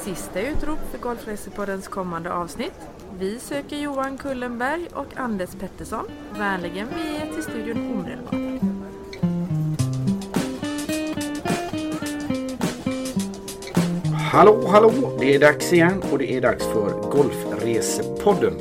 Sista utrop för Golfresepoddens kommande avsnitt. Vi söker Johan Kullenberg och Anders Pettersson. Vänligen vi är till studion omedelbart. Hallå, det är dags igen och det är dags för Golfresepodden.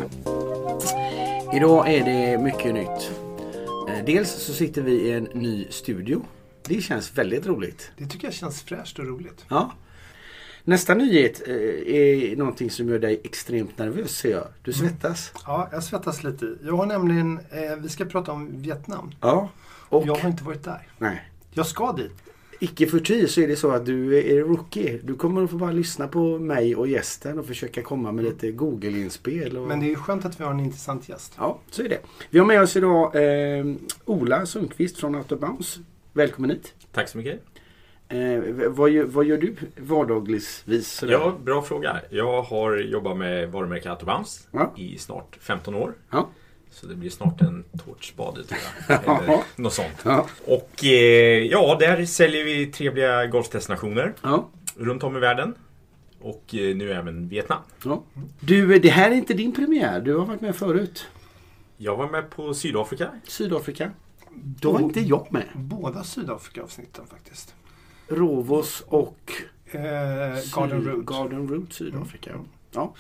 Idag är det mycket nytt. Dels så sitter vi i en ny studio. Det känns väldigt roligt. Det tycker jag känns fräscht och roligt. Ja. Nästa nyhet är någonting som gör dig extremt nervös, ser jag. Du svettas. Ja, jag svettas lite. Jag har nämligen, vi ska prata om Vietnam. Ja. Och jag har inte varit där. Nej. Jag ska dit. Icke förty så är det så att du är rookie. Du kommer att få bara lyssna på mig och gästen och försöka komma med lite Google-inspel. Men det är skönt att vi har en intressant gäst. Ja, så är det. Vi har med oss idag Ola Sundqvist från Out of Bounds. Välkommen hit. Tack så mycket. Vad gör du vardagsvis? Ja, bra fråga. Jag har jobbat med varumärket Out of Bounds i snart 15 år. Ja. Så det blir snart en tårtspade, tror jag. Eller något sånt. Ja. Och där säljer vi trevliga golfdestinationer runt om i världen. Och nu även Vietnam. Ja. Du, det här är inte din premiär. Du har varit med förut. Jag var med på Sydafrika. Då var inte jag med. Båda Sydafrika-avsnitten faktiskt. Rovos och Garden Route Sydafrika. Ja.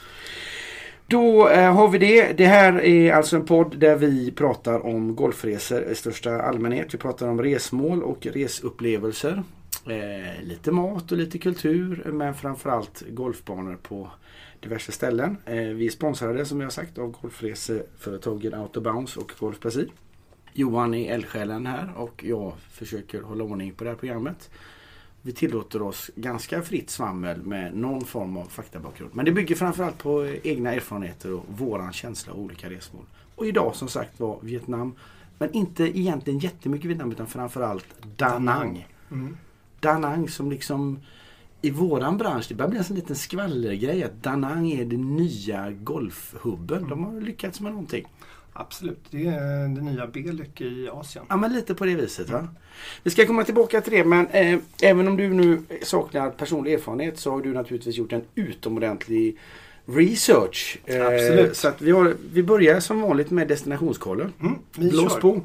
Då har vi det. Det här är alltså en podd där vi pratar om golfresor i största allmänhet. Vi pratar om resmål och resupplevelser. Lite mat och lite kultur, men framförallt golfbanor på diverse ställen. Vi är sponsrade, som jag har sagt, av golfreseföretagen Out of Bounds och Golf Brasil. Johan är eldsjälen här och jag försöker hålla ordning på det här programmet. Vi tillåter oss ganska fritt svammel med någon form av faktabakgrund. Men det bygger framförallt på egna erfarenheter och våran känsla av olika resmål. Och idag som sagt var Vietnam, men inte egentligen jättemycket Vietnam utan framförallt Da Nang. Da Nang som liksom i våran bransch, det börjar bli en liten skvallergrej att Da Nang är den nya golfhubben. De har lyckats med någonting. Absolut, det är det nya Belek i Asien. Ja, men lite på det viset, va? Vi ska komma tillbaka till det, men även om du nu saknar personlig erfarenhet så har du naturligtvis gjort en utomordentlig research. Absolut. Så att vi börjar som vanligt med destinationskollen. Blås på.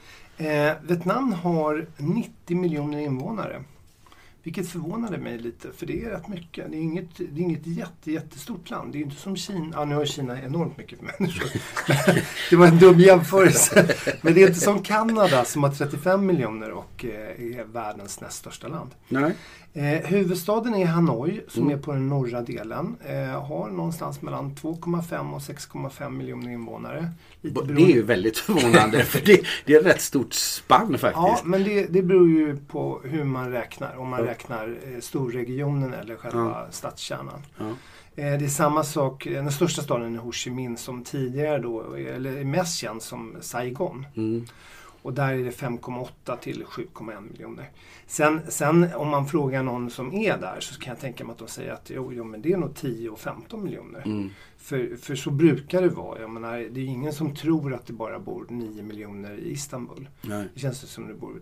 Vietnam har 90 miljoner invånare. Vilket förvånade mig lite, för det är rätt mycket. Det är inget jättestort land. Det är inte som Kina. Ja, nu har Kina enormt mycket människor. Det var en dum jämförelse. Men det är inte som Kanada som har 35 miljoner och är världens näst största land. Nej. Huvudstaden är Hanoi som är på den norra delen. Har någonstans mellan 2,5 och 6,5 miljoner invånare. Det är ju väldigt förvånande för det är ett rätt stort spann faktiskt. Ja, men det beror ju på hur man räknar. Om man räknar storregionen eller själva stadskärnan. Ja. Det är samma sak, den största staden är Ho Chi Minh som tidigare då, eller är mest känd som Saigon. Och där är det 5,8 till 7,1 miljoner. Sen om man frågar någon som är där så kan jag tänka mig att de säger att jo men det är nog 10 och 15 miljoner. För så brukar det vara. Jag menar, det är ingen som tror att det bara bor 9 miljoner i Istanbul. Nej. Det känns som det bor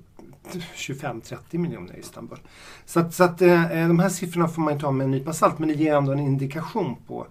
25-30 miljoner i Istanbul. Så att de här siffrorna får man inte ha med en nypa salt, men det ger ändå en indikation på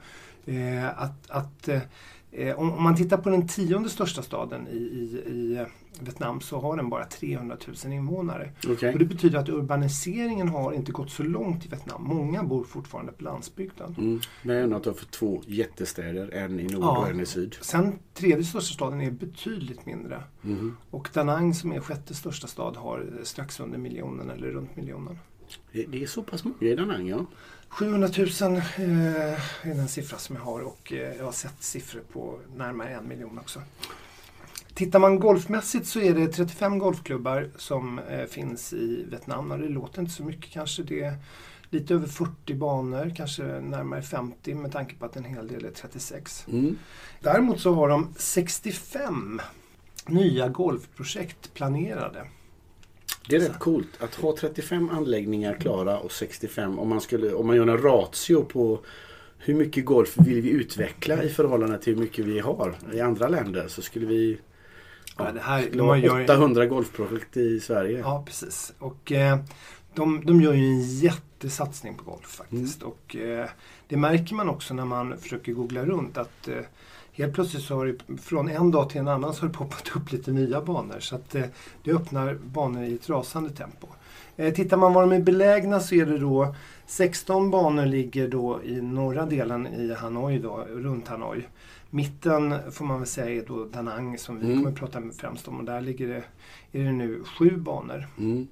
att om man tittar på den 10:e största staden i Vietnam så har den bara 300 000 invånare. Okay. Och det betyder att urbaniseringen har inte gått så långt i Vietnam. Många bor fortfarande på landsbygden. Det är något för 2 jättestäder, en i nord och en i syd. Sen 3:e största staden är betydligt mindre. Och Da Nang som är 6:e största stad har strax under miljonen eller runt miljonen. Det är så pass mycket i Da Nang, ja. 700 000 är den siffra som jag har och jag har sett siffror på närmare 1 miljon också. Tittar man golfmässigt så är det 35 golfklubbar som finns i Vietnam. Och det låter inte så mycket, kanske det är lite över 40 banor, kanske närmare 50 med tanke på att en hel del är 36. Däremot så har de 65 nya golfprojekt planerade. Det är rätt coolt att ha 35 anläggningar klara och 65 om man gör en ratio på hur mycket golf vill vi utveckla i förhållande till hur mycket vi har i andra länder, så skulle vi det här 800 golfprojekt i Sverige. Ja, precis. Och de gör ju en jättesatsning på golf faktiskt. Och det märker man också när man försöker googla runt att helt plötsligt så har det från en dag till en annan så har det poppat upp lite nya banor. Så att det öppnar banor i ett rasande tempo. Tittar man var de är belägna så är det då 16 banor ligger då i norra delen i Hanoi då, runt Hanoi. Mitten får man väl säga är då Da Nang som vi kommer att prata främst om. Och där är det nu 7 banor.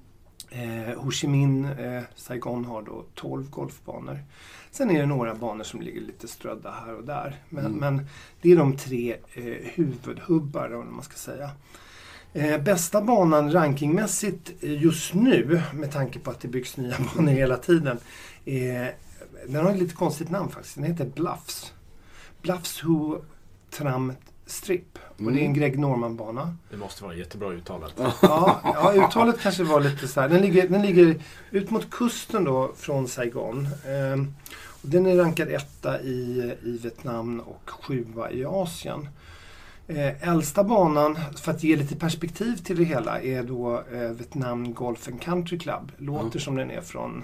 Ho Chi Minh, Saigon har då 12 golfbanor. Sen är det några banor som ligger lite strödda här och där. Men det är de 3 huvudhubbar om man ska säga. Bästa banan rankingmässigt just nu, med tanke på att det byggs nya banor hela tiden, den har ett lite konstigt namn faktiskt. Den heter Bluffs. Bluffs Ho Tram Strip. Och det är en Greg Norman-bana. Det måste vara jättebra uttalat. Ja, uttalet kanske var lite så här. Den ligger ut mot kusten då från Saigon. Och den är rankad 1 i Vietnam och 7 i Asien. Äldsta banan, för att ge lite perspektiv till det hela, är då Vietnam Golf and Country Club. Låter som den är från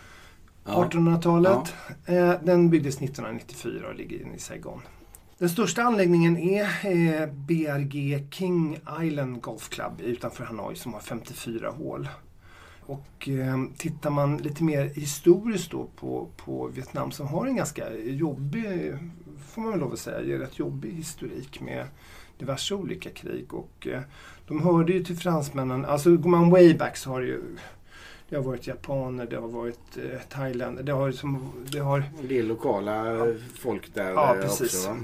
1800-talet. Den byggdes 1994 och ligger inne i Saigon. Den största anläggningen är BRG King Island Golf Club utanför Hanoi som har 54 hål. Och tittar man lite mer historiskt då på Vietnam som har en ganska jobbig, får man väl lov att säga, rätt jobbig historik med diverse olika krig. Och de hörde ju till fransmännen, alltså går man way back så har det har varit japaner, det har varit Thailand, det har det är lokala folk där precis. Också.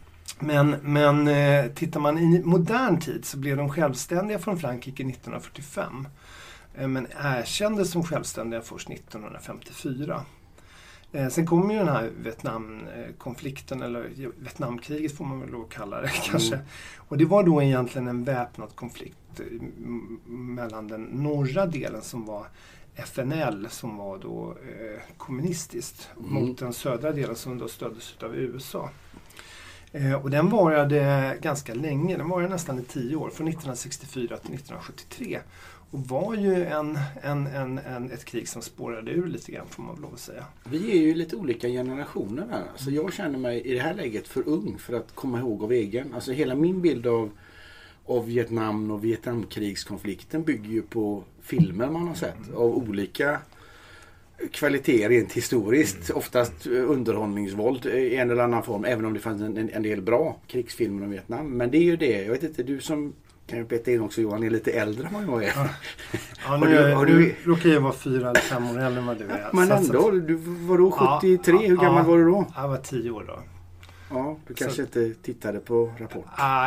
Men tittar man i modern tid så blev de självständiga från Frankrike 1945. Men erkändes som självständiga först 1954. Sen kom ju den här Vietnamkonflikten, eller Vietnamkriget får man väl då kalla det kanske. Och det var då egentligen en väpnad konflikt mellan den norra delen som var FNL som var då kommunistiskt mot den södra delen som då stöddes av USA. Och den varade ganska länge, den varade nästan i 10 år, från 1964 till 1973. Och var ju ett krig som spårade ur lite grann får man väl lov att säga. Vi är ju lite olika generationer här. Alltså jag känner mig i det här läget för ung för att komma ihåg av egen. Alltså hela min bild av Vietnam och Vietnamkrigskonflikten bygger ju på filmer man har sett av olika kvaliteter rent historiskt. Oftast underhållningsvåld i en eller annan form, även om det fanns en del bra krigsfilmer om Vietnam. Men det är ju det. Jag vet inte, du som kan ju peta in också, Johan, är lite äldre än vad jag är. Ja, nu råkar jag vara 4 eller 5 år äldre än vad du är. Men ändå, du var då 73, hur gammal var du då? Jag var 10 år då. Ja, du kanske inte tittade på Rapport.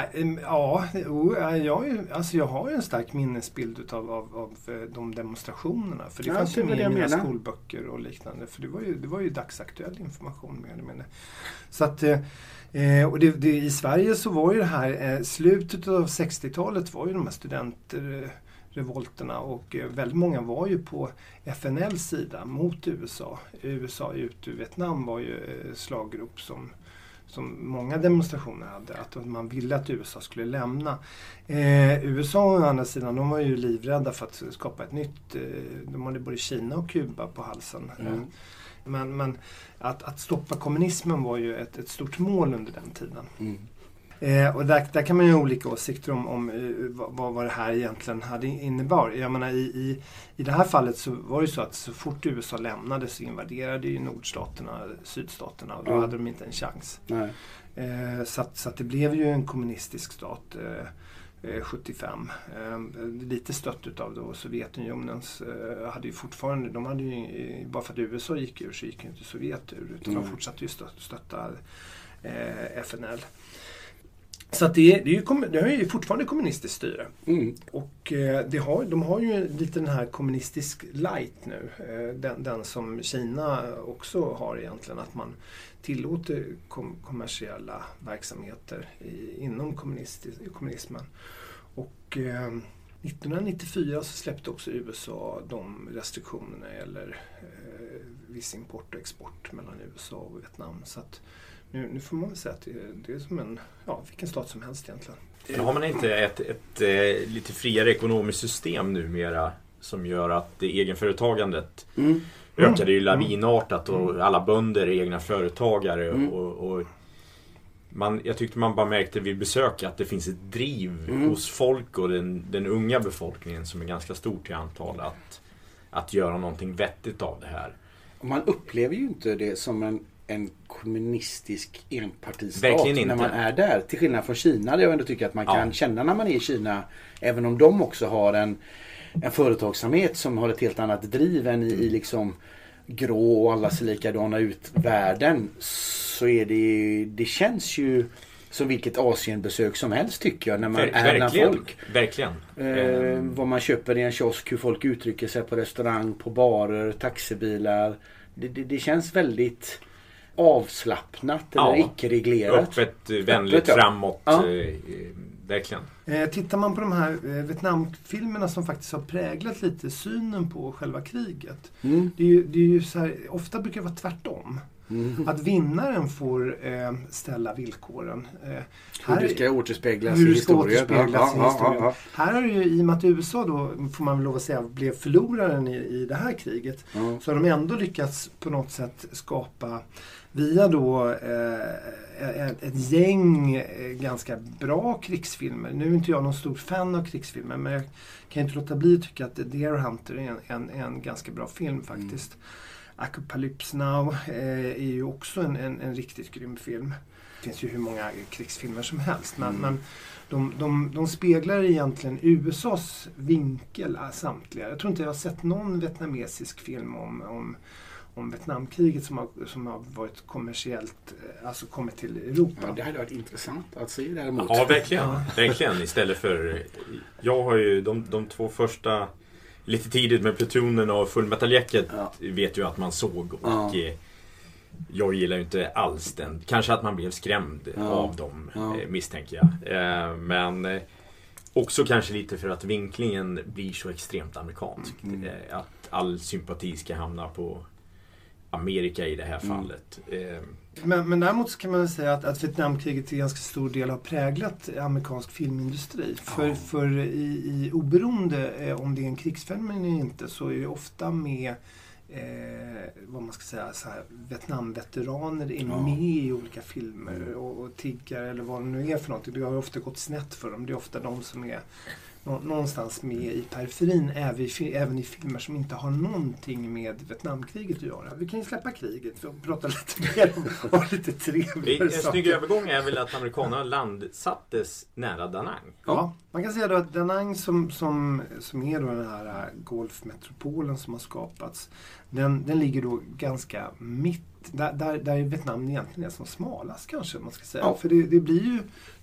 Jag har ju en stark minnesbild av de demonstrationerna. För det fanns ju med i mina skolböcker och liknande. För det var ju dagsaktuell information mer eller mindre. Så att, och i Sverige så var ju det här, slutet av 60-talet var ju de här studentrevolterna och väldigt många var ju på FNLs sida mot USA. USA ut ur Vietnam var ju slaggrop som många demonstrationer hade, att man ville att USA skulle lämna. USA å andra sidan, de var ju livrädda för att skapa ett nytt, de hade både Kina och Kuba på halsen. Men att stoppa kommunismen var ju ett stort mål under den tiden. Och där kan man ju ha olika åsikter om vad det här egentligen hade innebar. Jag menar, i det här fallet så var det så att så fort USA lämnade så invaderade ju nordstaterna sydstaterna och då hade de inte en chans. Nej. Så att det blev ju en kommunistisk stat 75. Lite stött utav då Sovjetunionens hade ju fortfarande, de hade ju, bara för att USA gick ur så gick ju inte Sovjet ur, utan de fortsatte ju stötta FNL. Så att det är ju fortfarande kommunistiskt styre. Och de har ju lite den här kommunistisk light nu. Den som Kina också har egentligen, att man tillåter kommersiella verksamheter inom kommunismen. Och 1994 så släppte också USA de restriktionerna eller viss import och export mellan USA och Vietnam. Så att nu får man väl säga att det är som vilken stat som helst egentligen. Men har man inte ett lite friare ekonomiskt system numera som gör att det egenföretagandet ökade ju lavinartat och alla bönder är egna företagare och jag tyckte man bara märkte vid besök att det finns ett driv hos folk och den unga befolkningen som är ganska stort i antal att göra någonting vettigt av det här. Man upplever ju inte det som en kommunistisk enpartistat verkligen inte. När man är där. Till skillnad från Kina, där jag ändå tycker att man kan känna när man är i Kina, även om de också har en företagsamhet som har ett helt annat driv än i liksom grå och alla ser likadana ut världen, så är det känns ju som vilket Asienbesök som helst tycker jag när man är när folk. Verkligen. Vad man köper i en kiosk, hur folk uttrycker sig på restaurang, på barer, taxibilar. Det känns väldigt avslappnat eller icke-reglerat. Öppet, vänligt, framåt. Verkligen. Tittar man på de här Vietnamfilmerna som faktiskt har präglat lite synen på själva kriget. Det är ju så här, ofta brukar det vara tvärtom. Att vinnaren får ställa villkoren. Hur det ska återspeglas i historien. Här är det ju, i och med att USA då, får man väl lov att säga, blev förloraren i det här kriget. Så har de ändå lyckats på något sätt skapa via då ett gäng ganska bra krigsfilmer. Nu är inte jag någon stor fan av krigsfilmer, men jag kan inte låta bli att tycka att Deer Hunter är en ganska bra film faktiskt. Apocalypse Now är ju också en riktigt grym film. Det finns ju hur många krigsfilmer som helst. Men de speglar egentligen USAs vinkel samtliga. Jag tror inte jag har sett någon vietnamesisk film om Vietnamkriget som har varit kommersiellt, alltså kommit till Europa. Ja, det hade varit intressant att se däremot. Ja, verkligen. Verkligen. Istället för... Jag har ju de två första... Lite tidigt med Plutonen och Fullmetal-Jacket vet ju att man såg och jag gillar ju inte alls den. Kanske att man blev skrämd av dem, misstänker jag. Men också kanske lite för att vinklingen blir så extremt amerikansk. Att all sympati ska hamna på Amerika i det här fallet. Men däremot så kan man säga att Vietnamkriget till ganska stor del har präglat amerikansk filmindustri. För i oberoende om det är en krigsfilm eller inte, så är det ofta med vad man ska säga, så här, Vietnamveteraner är med i olika filmer och tiggare eller vad det nu är för någonting. Det har ofta gått snett för dem. Det är ofta de som är någonstans med i periferin, även i filmer som inte har någonting med Vietnamkriget att göra. Vi kan ju släppa kriget och prata lite mer om lite trevligare en snygg övergång är väl att amerikanerna landsattes nära Da Nang. Ja, man kan säga då att Da Nang som är då den här golfmetropolen som har skapats, den ligger då ganska mitt där Vietnam egentligen är som smalast kanske man ska säga. Ja. För det blir ju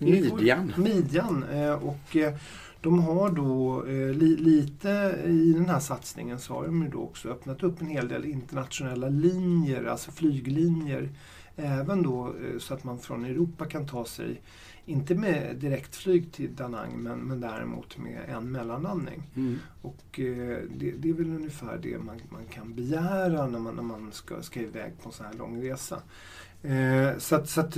midjan och de har då lite i den här satsningen så har de ju då också öppnat upp en hel del internationella linjer, alltså flyglinjer, även då så att man från Europa kan ta sig, inte med direktflyg till Da Nang, men däremot med en mellanlandning. Och det är väl ungefär det man kan begära när man ska iväg på en sån här lång resa. Så att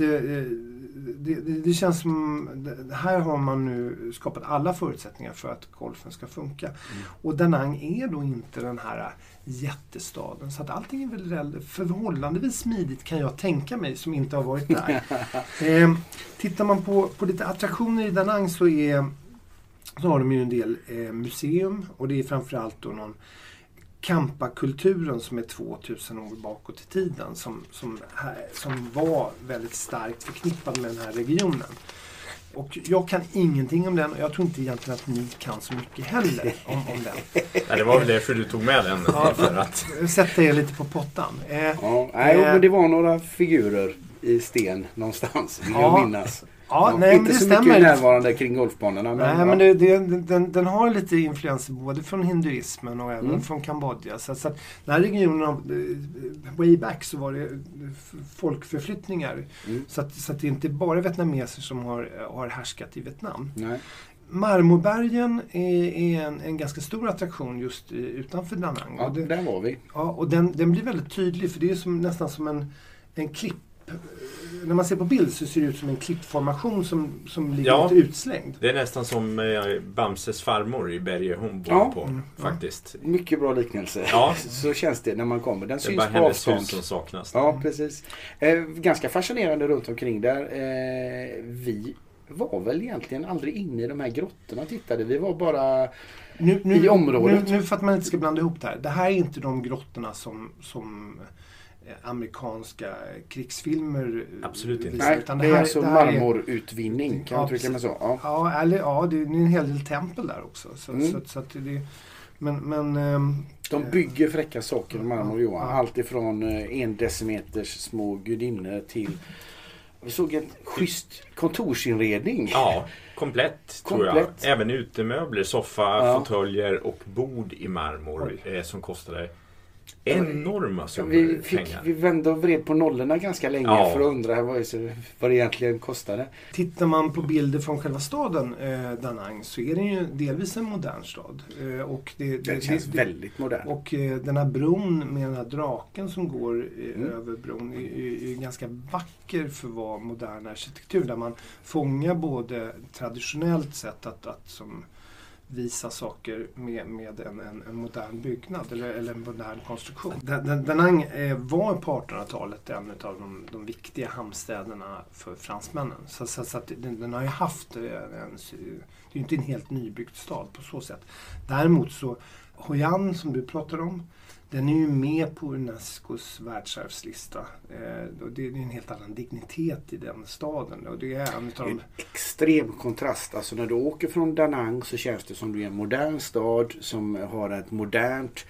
det känns som här har man nu skapat alla förutsättningar för att golfen ska funka. Och Da Nang är då inte den här jättestaden, så att allting är väl förhållandevis smidigt, kan jag tänka mig, som inte har varit där. Tittar man på lite attraktioner i Da Nang så har de ju en del museum, och det är framförallt då någon Kampa-kulturen som är 2000 år bakåt i tiden som var väldigt starkt förknippad med den här regionen. Och jag kan ingenting om den, och jag tror inte egentligen att ni kan så mycket heller om den. Nej, det var väl därför du tog med den. För att... Sätta er lite på pottan. Men det var några figurer i sten någonstans, vill jag minnas. Ja, nej, inte men det så stämmer. Mycket närvarande kring golfbanorna. Men den har lite influenser både från hinduismen och även från Kambodja. Så att den här regionen, way back, så var det folkförflyttningar. Så att det är inte bara vietnameser som har härskat i Vietnam. Nej. Marmorbergen är en ganska stor attraktion just utanför Da Nang. Ja, där var vi. Ja, och den blir väldigt tydlig, för det är nästan som en klipp när man ser på bild så ser det ut som en klippformation som ligger lite utslängd. Det är nästan som Bamses farmor i berget hon bor på faktiskt. Mycket bra liknelse. Ja. Så känns det när man kommer. Den syns på avstånd. Det är bara hennes hus som saknas. Ja, precis. Ganska fascinerande runt omkring där. Vi var väl egentligen aldrig inne i de här grottorna och tittade. Vi var bara i området. Nu för att man inte ska blanda ihop det här. Det här är inte de grottorna som amerikanska krigsfilmer absolut inte. Nej, utan det är alltså marmorutvinning, kan man trycka med så. Ja, det är en hel del tempel där också. Så att det, men de bygger fräcka saker, marmor, Johan. Allt ifrån 1 decimeters små gudinnor till... Vi såg en schysst kontorsinredning. Ja, komplett tror jag. Även utemöbler, soffa, fåtöljer och bord i marmor som kostade enorma summor pengar. Vi vände och vred på nollorna ganska länge för att undra vad det egentligen kostade. Tittar man på bilder från själva staden Da Nang så är det ju delvis en modern stad. Och det känns väldigt modern. Och den här bron med den här draken som går över bron är ganska vacker för att vara modern arkitektur. Där man fångar både traditionellt sätt att som visa saker med en modern byggnad eller en modern konstruktion. Da Nang var på 1800-talet en av de viktiga hamnstäderna för fransmännen. Så att den har ju haft det är ju inte en helt nybyggd stad på så sätt. Däremot så Hoi An som du pratar om, den är ju med på Unescos världsarvslista. Och det är en helt annan dignitet i den staden. Och det är en extrem kontrast. Alltså när du åker från Da Nang så känns det som du är en modern stad som har ett modernt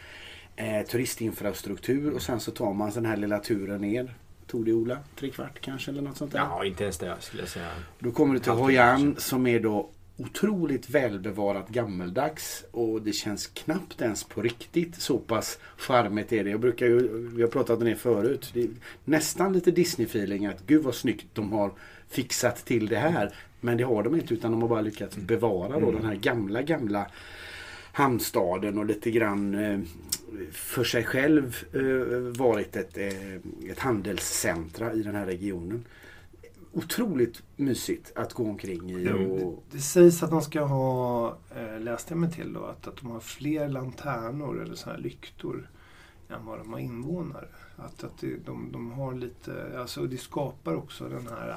turistinfrastruktur. Och sen så tar man den här lilla turen ner. Tog det Ola? 3/4 kanske eller något sånt där? Ja, inte ens det skulle jag säga. Då kommer du till Hoi An som är då otroligt välbevarat gammeldags och det känns knappt ens på riktigt. Så pass charmigt är det. Vi har pratat om det förut. Det är nästan lite Disney-feeling att gud vad snyggt de har fixat till det här. Men det har de inte utan de har bara lyckats bevara då den här gamla hamnstaden och lite grann för sig själv varit ett handelscentra i den här regionen. Otroligt mysigt att gå omkring i. Det sägs att de ska ha, läste jag mig till då, att de har fler lanternor eller såna här lyktor än vad de har invånare. Att de har lite, alltså det skapar också den här,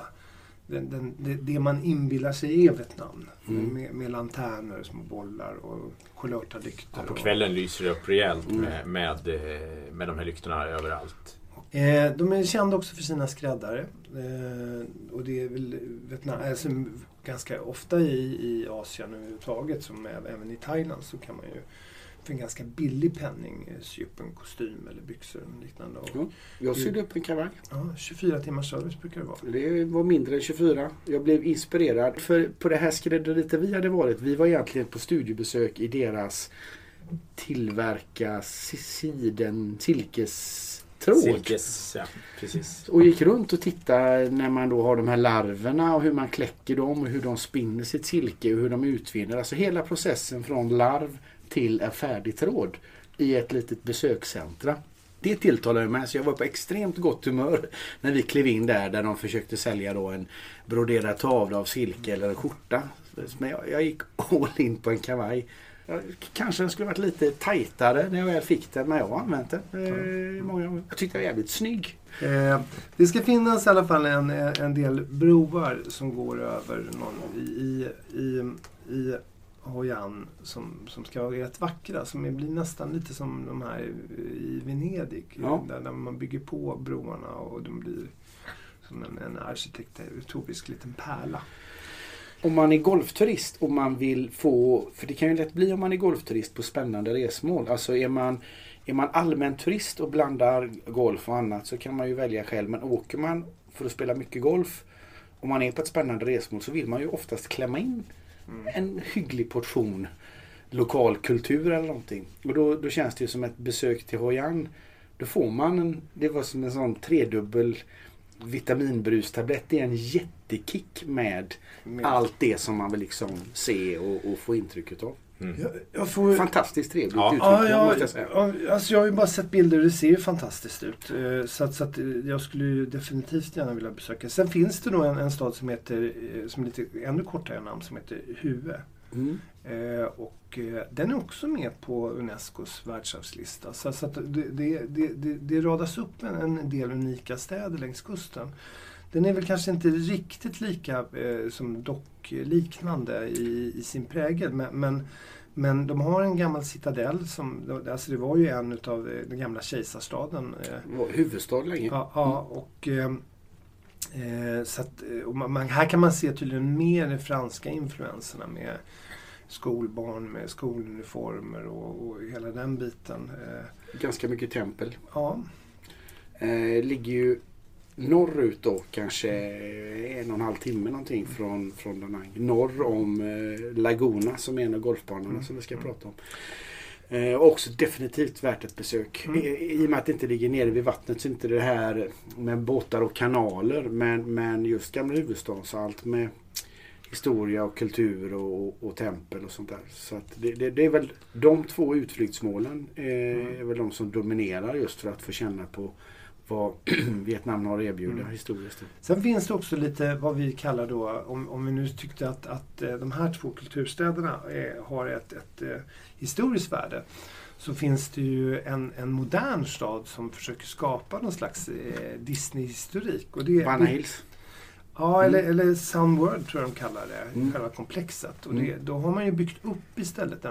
det man inbillar sig är Vietnam. Med lanterner, små bollar och kulörta lyktor. Ja, på kvällen lyser det upp rejält med de här lyktorna överallt. De är kända också för sina skräddare. Och det är väl Vietnam, alltså ganska ofta i Asien överhuvudtaget, som även i Thailand, så kan man ju för en ganska billig penning sy upp en kostym eller byxor och liknande. Jag sydde upp en kavaj. Ja, 24 timmars service brukar det vara. Det var mindre än 24. Jag blev inspirerad. För på det här skrädderiet där vi hade varit, vi var egentligen på studiebesök i deras tillverka silkes, ja, precis. Och gick runt och tittade när man då har de här larverna och hur man kläcker dem och hur de spinner sitt silke och hur de utvinner. Alltså hela processen från larv till en färdig tråd i ett litet besökscentra. Det tilltalade mig, så jag var på extremt gott humör när vi klev in där de försökte sälja då en broderad tavla av silke eller en skjorta. Men jag gick all in på en kavaj. Kanske den skulle varit lite tajtare när jag väl fick den, men jag har använt den många gånger. Jag tyckte det var jävligt snygg. Det ska finnas i alla fall en del broar som går över i Hoi An som ska vara rätt vackra, som blir nästan lite som de här i Venedig, där man bygger på broarna och de blir som en arkitektonisk liten pärla. Om man är golfturist och man vill få, för det kan ju lätt bli om man är golfturist på spännande resmål. Alltså är man allmän turist och blandar golf och annat så kan man ju välja själv. Men åker man för att spela mycket golf, om man är på ett spännande resmål, så vill man ju oftast klämma in en hygglig portion lokal kultur eller någonting. Och då känns det ju som ett besök till Hoi An. Då får man det var som en sån 3-dubbel vitaminbrustablett. Det är en jättekick med allt det som man vill liksom se och få intrycket av. Fantastiskt trevligt måste jag säga. Alltså jag har ju bara sett bilder och det ser ju fantastiskt ut. Så att jag skulle ju definitivt gärna vilja besöka. Sen finns det nog en stad som heter, som är lite ännu kortare namn, som heter Hue. Och den är också med på Unescos världsarvslista. Så att det radas upp en del unika städer längs kusten. Den är väl kanske inte riktigt lika som dockliknande i sin prägel. Men de har en gammal citadell alltså det var ju en av den gamla kejsarstaden. Huvudstad länge. Ja, och så att, här kan man se tydligen mer de franska influenserna med skolbarn med skoluniformer och hela den biten. Ganska mycket tempel. Ja. Ligger ju norrut då, kanske 1,5 timme någonting från Da Nang. Norr om Laguna som är en av golfbanorna som vi ska prata om. Också definitivt värt ett besök. I och med att det inte ligger nere vid vattnet så är inte det här med båtar och kanaler, men just gamla huvudstaden, så allt med historia och kultur och tempel och sånt där. Så att det är väl de 2 utflyktsmålen är väl de som dominerar, just för att få känna på vad Vietnam har att erbjuda historiskt. Sen finns det också lite vad vi kallar då, om vi nu tyckte att de här 2 kulturstäderna har ett historiskt värde, så finns det ju en modern stad som försöker skapa någon slags Disney-historik. Vanna Hills. Ja, eller Sunworld tror jag de kallar det, själva komplexet. Och då har man ju byggt upp istället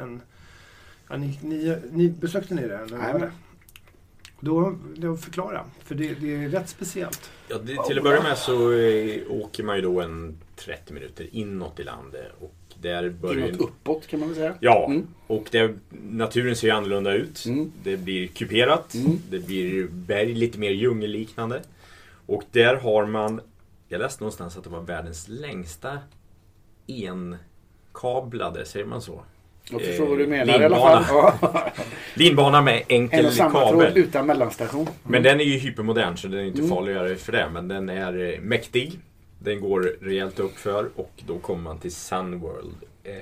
ni besökte ni det? Nej. Då förklara, för det är rätt speciellt. Ja, till att börja med så åker man ju då 30 minuter inåt i landet. Och där börjar inåt uppåt kan man väl säga. Ja, och naturen ser ju annorlunda ut. Det blir kuperat, det blir berg lite mer djungelliknande. Och där har man, jag läste någonstans att det var världens längsta enkablade, säger man så? Jag förstår vad du menar i alla fall. Linbana med enkel kabel. Utan mellanstation. Men den är ju hypermodern så den är inte farligare för det. Men den är mäktig. Den går rejält upp för och då kommer man till Sunworld.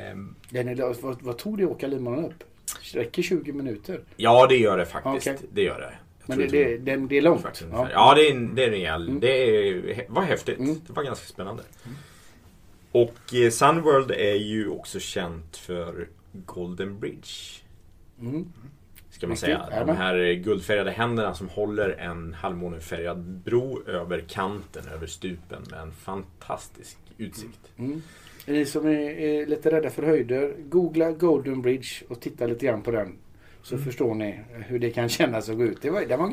Vad tog det att åka linbanan upp? Räcker 20 minuter? Ja, det gör det faktiskt. Okay. Det gör det. Men det är långt? Ja, det är rejäl. Det var häftigt. Det var ganska spännande. Och Sunworld är ju också känt för Golden Bridge. Ska man säga. De här guldfärgade händerna som håller en halvmånefärgad bro över kanten, över stupen med en fantastisk utsikt. Ni som är lite rädda för höjder, googla Golden Bridge och titta lite grann på den. Så förstår ni hur det kan kännas att gå ut.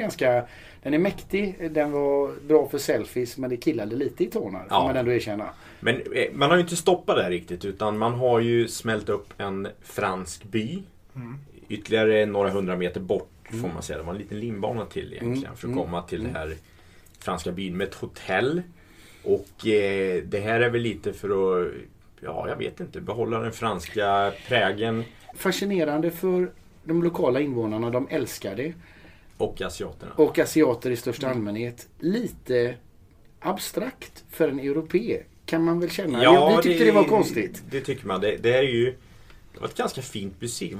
Den är mäktig, den var bra för selfies, men det killade lite i tårna, får man ändå erkänna. Men man har ju inte stoppat där riktigt, utan man har ju smält upp en fransk by. Ytterligare några 100 meter bort får man säga. Det var en liten linbana till egentligen för att komma till den här franska byn med ett hotell. Och det här är väl lite för att, jag vet inte, behålla den franska prägen. Fascinerande för de lokala invånarna, de älskar det. Och asiaterna. Och asiater i största allmänhet. Lite abstrakt för en europé, kan man väl känna. Ja, vi tyckte det var konstigt. Det tycker man. Det är ju det var ett ganska fint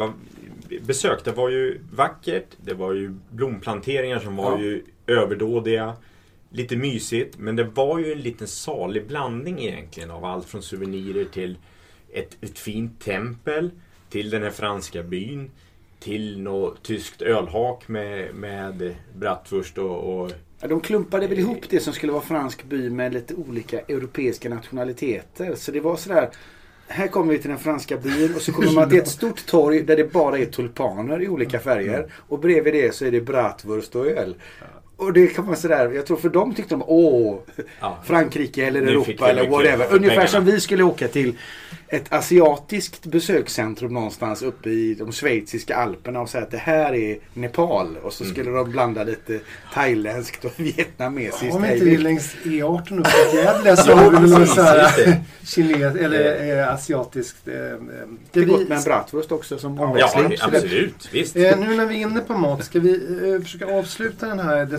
besök. Det var ju vackert. Det var ju blomplanteringar som var ju överdådiga. Lite mysigt. Men det var ju en liten salig blandning egentligen av allt från souvenirer till ett fint tempel, till den här franska byn, till något tyskt ölhak med bratwurst och... Ja, de klumpade väl ihop det som skulle vara fransk by med lite olika europeiska nationaliteter. Så det var sådär, här kommer vi till den franska byn och så kommer man till ett stort torg där det bara är tulpaner i olika färger. Och bredvid det så är det bratwurst och öl. Och det kan man sådär, jag tror för dem tyckte de, Frankrike eller Europa eller whatever. Ungefär som vi skulle åka till ett asiatiskt besökscentrum någonstans uppe i de schweiziska alperna och säga att det här är Nepal. Och så skulle de blanda lite thailändskt och vietnamesiskt. Har vi inte det längs E18 uppe i Gävle så har vi något sådär kines eller asiatiskt. Det är gott med en bratwurst också som omväxling. Ja, absolut. Visst. Nu när vi är inne på mat ska vi försöka avsluta den här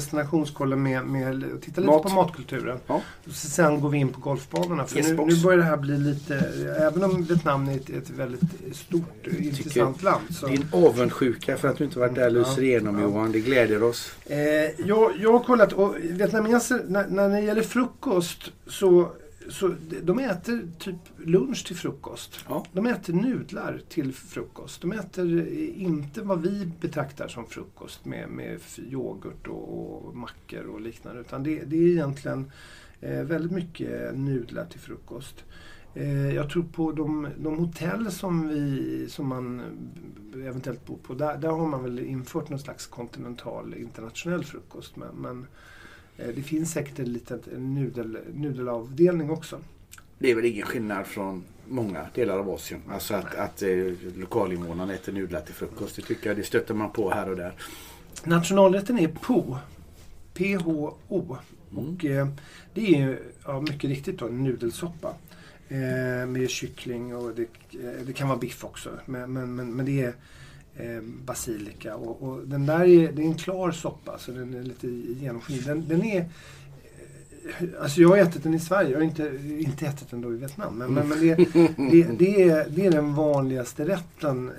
destinationskollen med att titta lite på matkulturen. Ja. Sen går vi in på golfbanorna. För nu börjar det här bli lite, även om Vietnam är ett väldigt stort intressant land. Så. Din avundsjuka för att du inte varit där lyser igenom, Johan. Det gläder oss. Jag har kollat, och vietnameser, när det gäller frukost så de äter typ lunch till frukost. Ja. De äter nudlar till frukost. De äter inte vad vi betraktar som frukost med yoghurt och mackor och liknande. Utan det är egentligen väldigt mycket nudlar till frukost. Jag tror på de hotell som man eventuellt bor på. Där har man väl infört någon slags kontinental internationell frukost. Men det finns säkert en liten nudelavdelning också. Det är väl ingen skillnad från många delar av Asien. Alltså att lokalinvånarna äter nudlar till frukost. Det tycker jag, det stöter man på här och där. Nationalrätten är PHO. P-H-O. Och det är mycket riktigt då, en nudelsoppa. Med kyckling och det kan vara biff också. Men det är basilika och den där det är en klar soppa så den är lite genomskinlig. Den är alltså jag har ätit den i Sverige, jag har inte ätit den då i Vietnam men det är den vanligaste rätten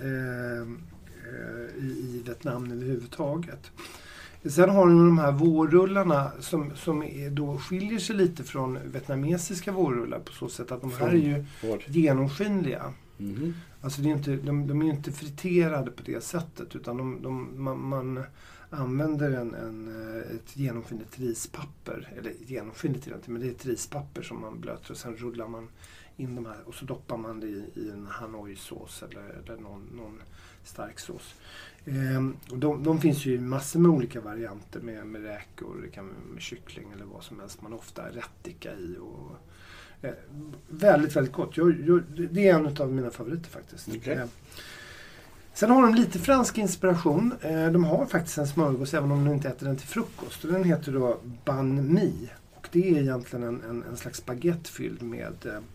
i Vietnam överhuvudtaget. Sen har de här vårrullarna som då skiljer sig lite från vietnamesiska vårrullar på så sätt att de här är ju genomskinliga. Mm. Alltså det är inte, de är ju inte friterade på det sättet utan man använder ett genomskinligt rispapper. Eller genomskinligt inte, men det är ett rispapper som man blöter och sen rullar man in de här och så doppar man det i en Hanoi-sås eller någon stark sås. De finns ju massor med olika varianter med räkor, det kan med kyckling eller vad som helst. Man ofta rättika i och väldigt, väldigt gott. Det är en av mina favoriter faktiskt. Okay. Sen har de lite fransk inspiration. De har faktiskt en smörgås även om de inte äter den till frukost. Och den heter då banh mi. Och det är egentligen en slags baguette fylld med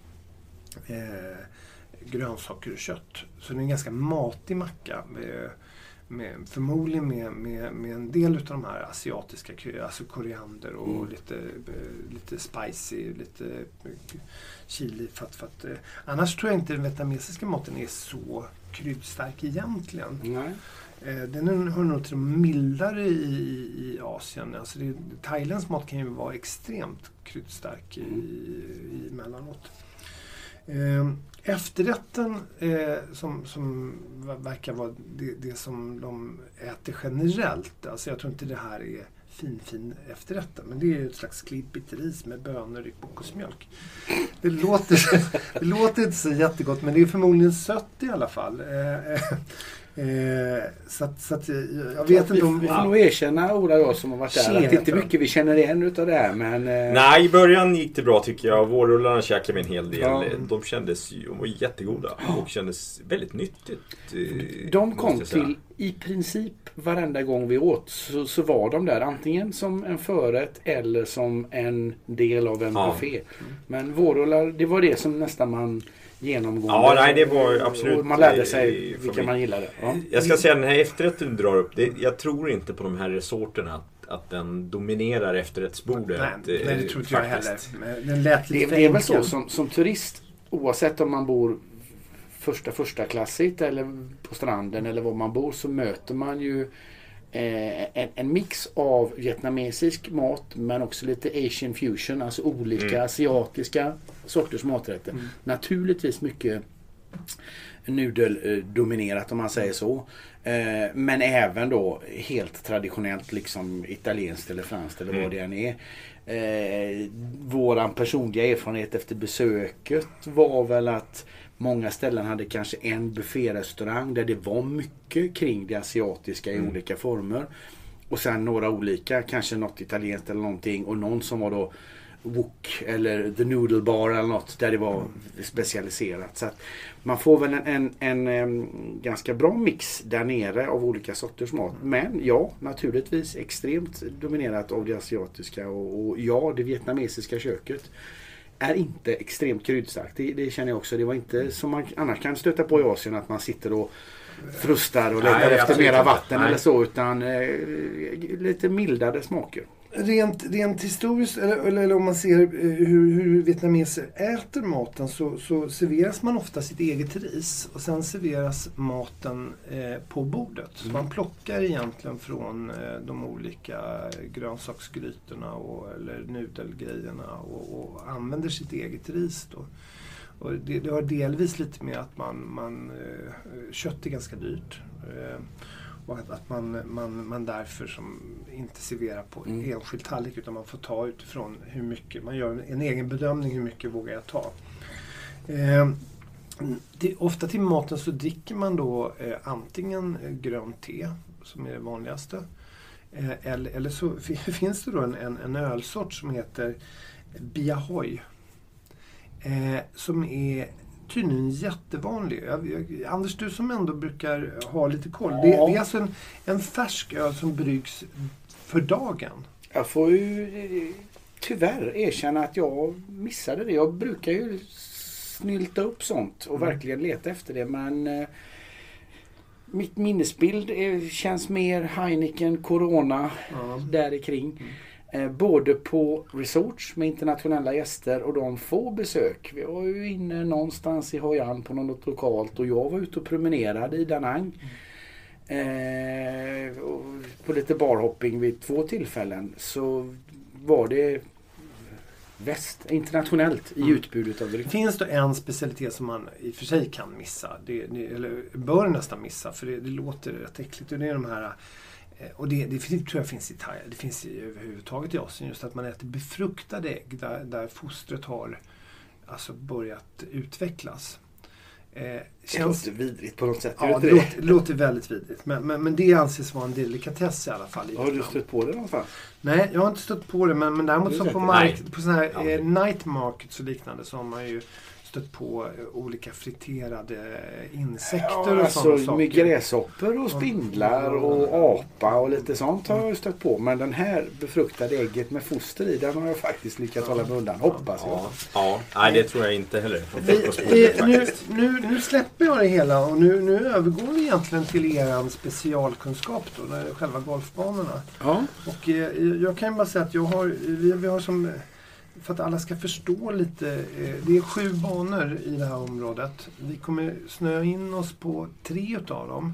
grönsaker och kött. Så det är en ganska matig macka. Förmodligen med en del av de här asiatiska, alltså koriander och lite spicy, lite chili. För att, annars tror jag inte den vietnamesiska maten är så kryddstark egentligen. Nej. Den hör nog till de mildare i Asien. Alltså Thailands mat kan ju vara extremt kryddstark i mellanåt. Efterrätten som verkar vara det som de äter generellt. Alltså jag tror inte det här är fin efterrätten. Men det är ett slags klibbigt ris med bönor och kokosmjölk. Det låter inte så jättegott men det är förmodligen sött i alla fall. Så att jag vet inte om... Vi får nog erkänna, Ola, jag som har varit där, att det inte mycket vi känner igen utav det här, men... Nej, i början gick det bra tycker jag. Vårrullarna käkade vi en hel del. Ja. De kändes ju jättegoda och kändes väldigt nyttigt. De kom till i princip varenda gång vi åt så var de där antingen som en förrätt eller som en del av en buffé. Men vårrullar, det var det som nästan man genomgående. Ja, nej, det var absolut. Och man lärde sig vilka man gillade. Ja. Jag ska säga den här efterrätten du drar upp. Jag tror inte på de här resorterna att den dominerar efterrättsbordet. Nej, det tror inte jag heller. Den lät lite det är väl så som turist, oavsett om man bor första klassigt eller på stranden eller var man bor, så möter man ju en mix av vietnamesisk mat men också lite Asian fusion, alltså olika asiatiska sorters maträtter. Naturligtvis mycket nudeldominerat om man säger så. Men även då helt traditionellt liksom italienskt eller franskt eller vad det än är. Våran personliga erfarenhet efter besöket var väl att många ställen hade kanske en bufférestaurang där det var mycket kring det asiatiska i olika former. Och sen några olika, kanske något italienskt eller någonting. Och någon som var då wok eller the noodle bar eller något där det var specialiserat. Så att man får väl en ganska bra mix där nere av olika sorters mat. Men ja, naturligtvis extremt dominerat av det asiatiska och ja, det vietnamesiska köket är inte extremt kryddstarkt. Det känner jag också. Det var inte som man annars kan stöta på i Asien att man sitter och frustar och letar efter mera vatten eller så, utan lite mildare smaker. Rent historiskt, eller om man ser hur vietnameser äter maten, så serveras man ofta sitt eget ris och sen serveras maten på bordet. Så man plockar egentligen från de olika grönsaksgrytorna eller nudelgrejerna och använder sitt eget ris då. Och det har delvis lite med att kött är ganska dyrt. Och att man därför som inte serverar på enskild tallrik, utan man får ta utifrån hur mycket. Man gör en egen bedömning, hur mycket vågar jag ta. Ofta till maten så dricker man då antingen grönt te, som är det vanligaste. Eller så finns det då en ölsort som heter Bia Hoi. Som är tydligen jättevanlig. Anders, du som ändå brukar ha lite koll. Det är alltså en färsk öl som bryggs för dagen. Jag får ju tyvärr erkänna att jag missade det. Jag brukar ju snylta upp sånt och verkligen leta efter det. Men mitt minnesbild känns mer Heineken, Corona där kring. Både på resorts med internationella gäster och de få besök. Vi var ju inne någonstans i Hoi An på något lokalt och jag var ute och promenerade i Da Nang. På lite barhopping vid 2 tillfällen, så var det internationellt i utbudet av det. Finns det en specialitet som man i och för sig kan missa, eller bör nästan missa, för det låter rätt äckligt, och det är de här. Och det tror jag finns i Thailand. Det finns överhuvudtaget i Asien, just att man äter befruktade ägg där fostret har alltså börjat utvecklas. Det låter vidrigt på något sätt. Ja, det låter väldigt vidrigt. Men det anses vara en delikatess i alla fall. Har du stött på det någonstans? Nej, jag har inte stött på det. Men däremot så på sådana här night markets och liknande så har man ju stött på olika friterade insekter och sådana saker. Med gräshoppor och spindlar och apa och lite sånt har jag stött på. Men den här befruktade ägget med foster i, den har jag faktiskt lyckats hålla mig undan, hoppas jag. Ja, nej, det tror jag inte heller. Nu släpper jag det hela och nu övergår vi egentligen till er specialkunskap då, själva golfbanorna. Ja. Och jag kan bara säga att vi har som... För att alla ska förstå lite, det är 7 banor i det här området. Vi kommer snöa in oss på 3 utav dem.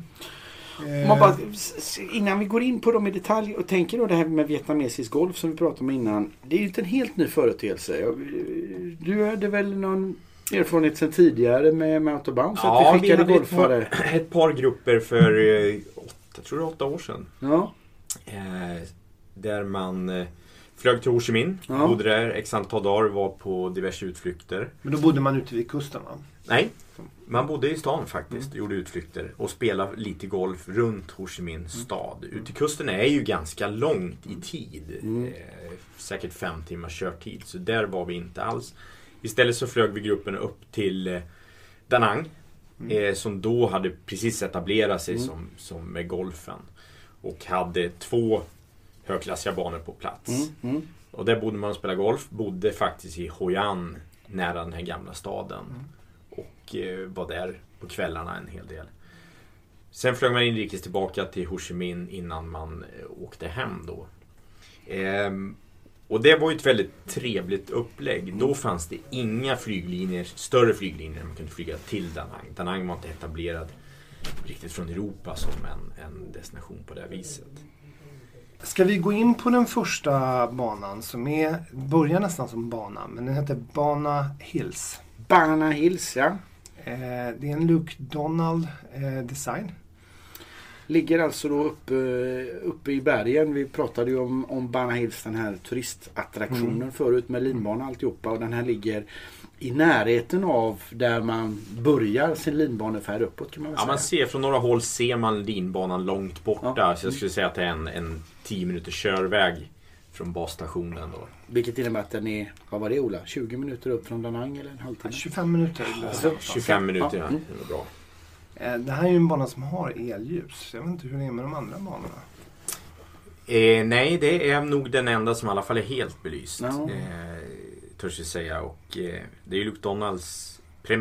Innan vi går in på dem i detalj och tänker då det här med vietnamesisk golf som vi pratade om innan. Det är ju inte en helt ny företeelse. Du hade väl någon erfarenhet sedan tidigare med Autobounce? Ja, att vi skickade golfare. Ett par grupper för 8 år sedan. Ja. Där man... flög till Ho Chi Minh, bodde där x antal dagar, var på diverse utflykter. Men då bodde man ute vid kusten, va? Nej, man bodde i stan faktiskt, gjorde utflykter och spelade lite golf runt Ho Chi Minh stad. Ute i kusten är ju ganska långt i tid, säkert 5 timmars körtid, så där var vi inte alls. Istället så flög vi gruppen upp till Da Nang, som då hade precis etablerat sig som med golfen och hade 2 högklassiga banor på plats. Och där bodde man och spelade golf. Bodde faktiskt i Hoi An, nära den här gamla staden. Och var där på kvällarna en hel del. Sen flög man inrikes tillbaka till Ho Chi Minh innan man åkte hem då. Och det var ju ett väldigt trevligt upplägg. Då fanns det inga flyglinjer, större flyglinjer man kunde flyga till Da Nang. Da Nang var inte etablerad riktigt från Europa som en destination på det viset. Ska vi gå in på den första banan som börjar nästan som bana, men den heter Bana Hills. Bana Hills, ja. Det är en Luke Donald design. Ligger alltså då uppe i bergen. Vi pratade ju om Bana Hills, den här turistattraktionen förut med linbana och alltihopa. Och den här ligger i närheten av där man börjar sin linbanefärd uppåt, kan man väl säga. Man ser från några håll ser man linbanan långt borta. Så jag skulle säga att det är en 10 minuters körväg från basstationen då. Vilket innebär att den är, vad var det Ola? 20 minuter upp från Da Nang eller en halvtimme? 25 minuter. Alltså, 25 minuter, ja. Det var bra. Det här är ju en bana som har elljus. Jag vet inte hur det är med de andra banorna. Nej, det är nog den enda som i alla fall är helt belyst. Törs jag säga. Och det är ju Luke Donalds premiär.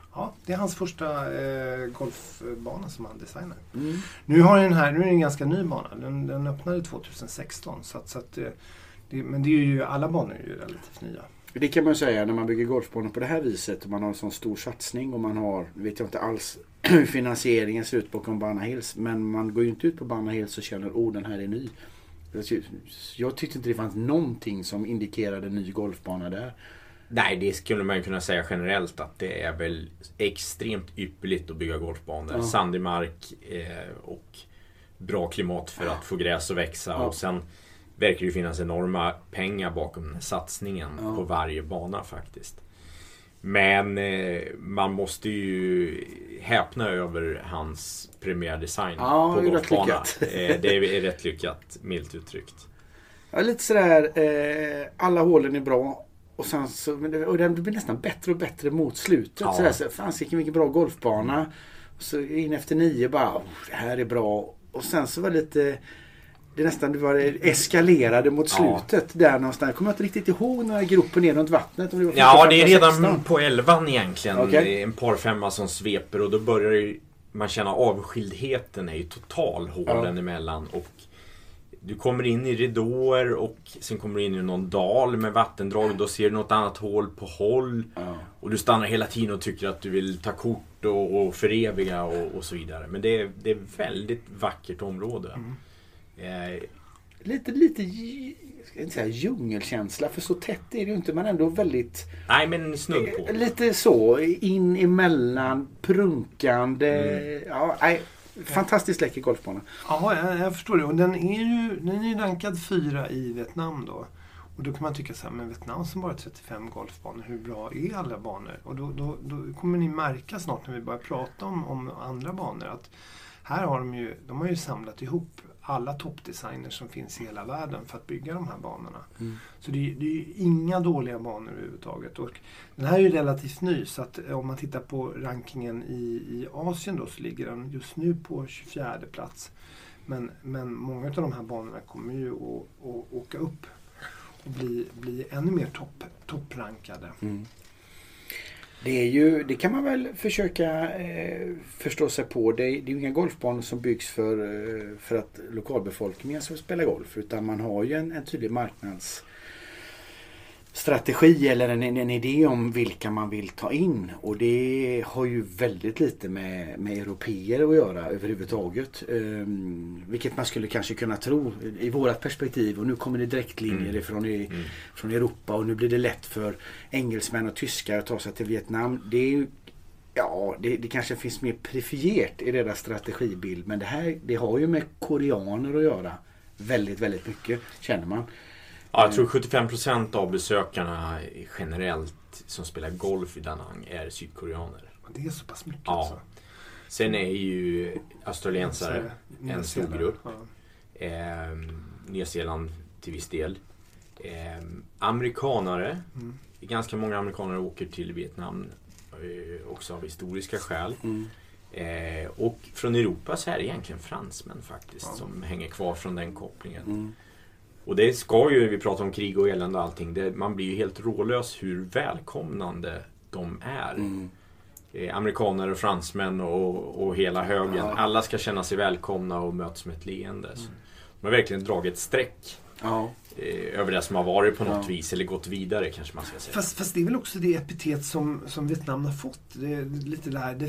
Ja, det är hans första golfbana som han designar. Nu är det en ganska ny bana. Den öppnade 2016. Men det är ju, alla banor är ju relativt nya. Det kan man säga när man bygger golfbanor på det här viset. Och man har en sån stor satsning och man har, vet jag inte alls hur finansieringen ser ut bakom Banna Hills. Men man går ju inte ut på Banna Hills och känner den här är ny. Jag tyckte inte det fanns någonting som indikerade en ny golfbana där. Nej, det skulle man kunna säga generellt att det är väl extremt ypperligt att bygga golfbanor. Ja. Sandig mark och bra klimat för att få gräs att växa. Ja. Och sen verkar det finnas enorma pengar bakom den här satsningen på varje bana faktiskt. Men man måste ju häpna över hans premiärdesign på golfbana. Det är rätt lyckat, milt uttryckt. Ja, lite sådär, alla hålen är bra. Och sen och den blir nästan bättre och bättre mot slutet. Ja. Så fanns vilken bra golfbana. Och så in efter 9 bara, det här är bra. Och sen så var det var eskalerade mot slutet där någonstans. Jag kommer inte riktigt ihåg när gruppen ner runt vattnet. Det är redan på 11 egentligen. Okay. Det är en par 5 som sveper och då börjar man känna avskildheten är ju total hålen emellan och du kommer in i ridåer och sen kommer du in i någon dal med vattendrag. Då ser du något annat hål på håll. Och du stannar hela tiden och tycker att du vill ta kort och föreviga och så vidare. Men det är väldigt vackert område. Lite ska inte säga djungelkänsla, för så tätt är det ju inte, men ändå väldigt... Nej, men snudd på. Lite så, in emellan, prunkande... Fantastiskt läcker golfbana. Ja, jag förstår det. Och den är ju rankad 4 i Vietnam då. Och då kan man tycka så här, men Vietnam som bara 35 golfbanor, hur bra är alla banor? Och då kommer ni märka snart när vi börjar prata om andra banor att här har de har ju samlat ihop alla toppdesigners som finns i hela världen för att bygga de här banorna. Så det är ju inga dåliga banor överhuvudtaget. Och den här är ju relativt ny, så att om man tittar på rankingen i Asien då, så ligger den just nu på 24:e plats. Men många av de här banorna kommer ju att åka upp och bli ännu mer topprankade. Det kan man väl försöka förstå sig på. Det är ju inga golfbanor som byggs för att lokalbefolkningen ska spela golf, utan man har ju en tydlig marknadsstrategi eller en idé om vilka man vill ta in, och det har ju väldigt lite med europeer att göra överhuvudtaget, vilket man skulle kanske kunna tro i vårat perspektiv. Och nu kommer det direktlinjer från Europa och nu blir det lätt för engelsmän och tyskar att ta sig till Vietnam. Det är ju, det kanske finns mer perifert i deras strategibild, men det har ju med koreaner att göra väldigt, väldigt mycket, känner man. Ja, jag tror 75% av besökarna generellt som spelar golf i Da Nang är sydkoreaner. Det är så pass mycket alltså. Sen är ju australiensare en stor grupp. Nya Zeeland till viss del. Amerikanare. Ganska många amerikanare åker till Vietnam också av historiska skäl. Och från Europa så är det egentligen fransmän faktiskt som hänger kvar från den kopplingen. Och det ska ju, vi pratar om krig och elände och allting, man blir ju helt rålös hur välkomnande de är. Amerikaner och fransmän och hela högen. Alla ska känna sig välkomna och möts med ett leende. De har verkligen dragit ett streck över det som har varit på något vis, eller gått vidare kanske man ska säga. Fast det är väl också det epitet som Vietnam har fått. Det är lite det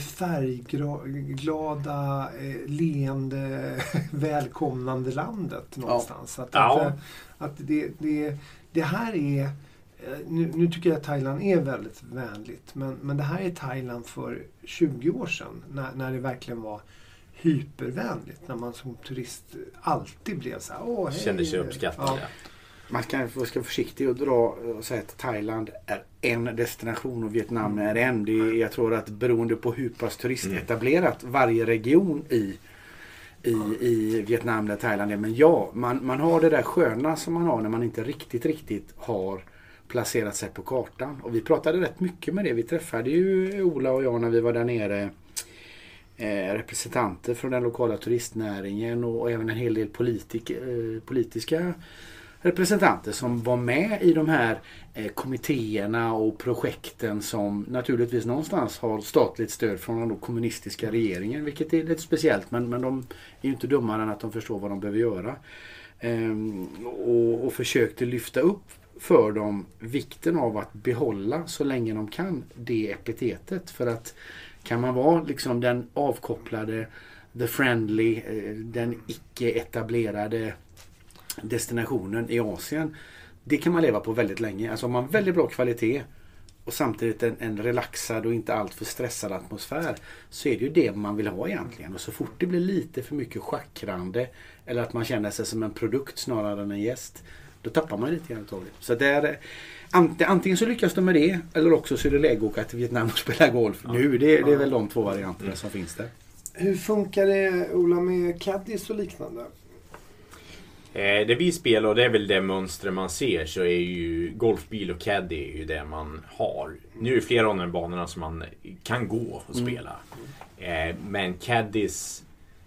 färgglada, leende, välkomnande landet någonstans. Att det här är... Nu tycker jag att Thailand är väldigt vänligt, men det här är Thailand för 20 år sedan när det verkligen var hypervänligt, när man som turist alltid blev så här, hej. Kände sig uppskattad. Man ska vara försiktig och dra och säga att Thailand är en destination och Vietnam är en. Jag tror att beroende på hur pass turistetablerat varje region i Vietnam eller Thailand är. Men man har det där sköna som man har när man inte riktigt har placerat sig på kartan. Och vi pratade rätt mycket med det. Vi träffade ju Ola och jag när vi var där nere, representanter från den lokala turistnäringen och även en hel del politiska representanter som var med i de här kommittéerna och projekten som naturligtvis någonstans har statligt stöd från den kommunistiska regeringen, vilket är lite speciellt, men de är ju inte dummare än att de förstår vad de behöver göra. Och försökte lyfta upp för dem vikten av att behålla så länge de kan det epitetet, för att kan man vara liksom den avkopplade, the friendly, den icke-etablerade destinationen i Asien, det kan man leva på väldigt länge. Alltså om man har väldigt bra kvalitet och samtidigt en relaxad och inte allt för stressad atmosfär, så är det ju det man vill ha egentligen. Och så fort det blir lite för mycket schackrande eller att man känner sig som en produkt snarare än en gäst, då tappar man lite grann av det. Så det är, antingen så lyckas de med det, eller också så är det läge att åka till Vietnam och spela golf. Ja. Nu, det är väl de två varianterna som finns där. Hur funkar det, Ola, med caddies och liknande? Det vi spelar, och det är väl det mönster man ser, så är ju golfbil och caddy är ju det man har. Nu är det flera av de banorna som man kan gå och spela. Men caddies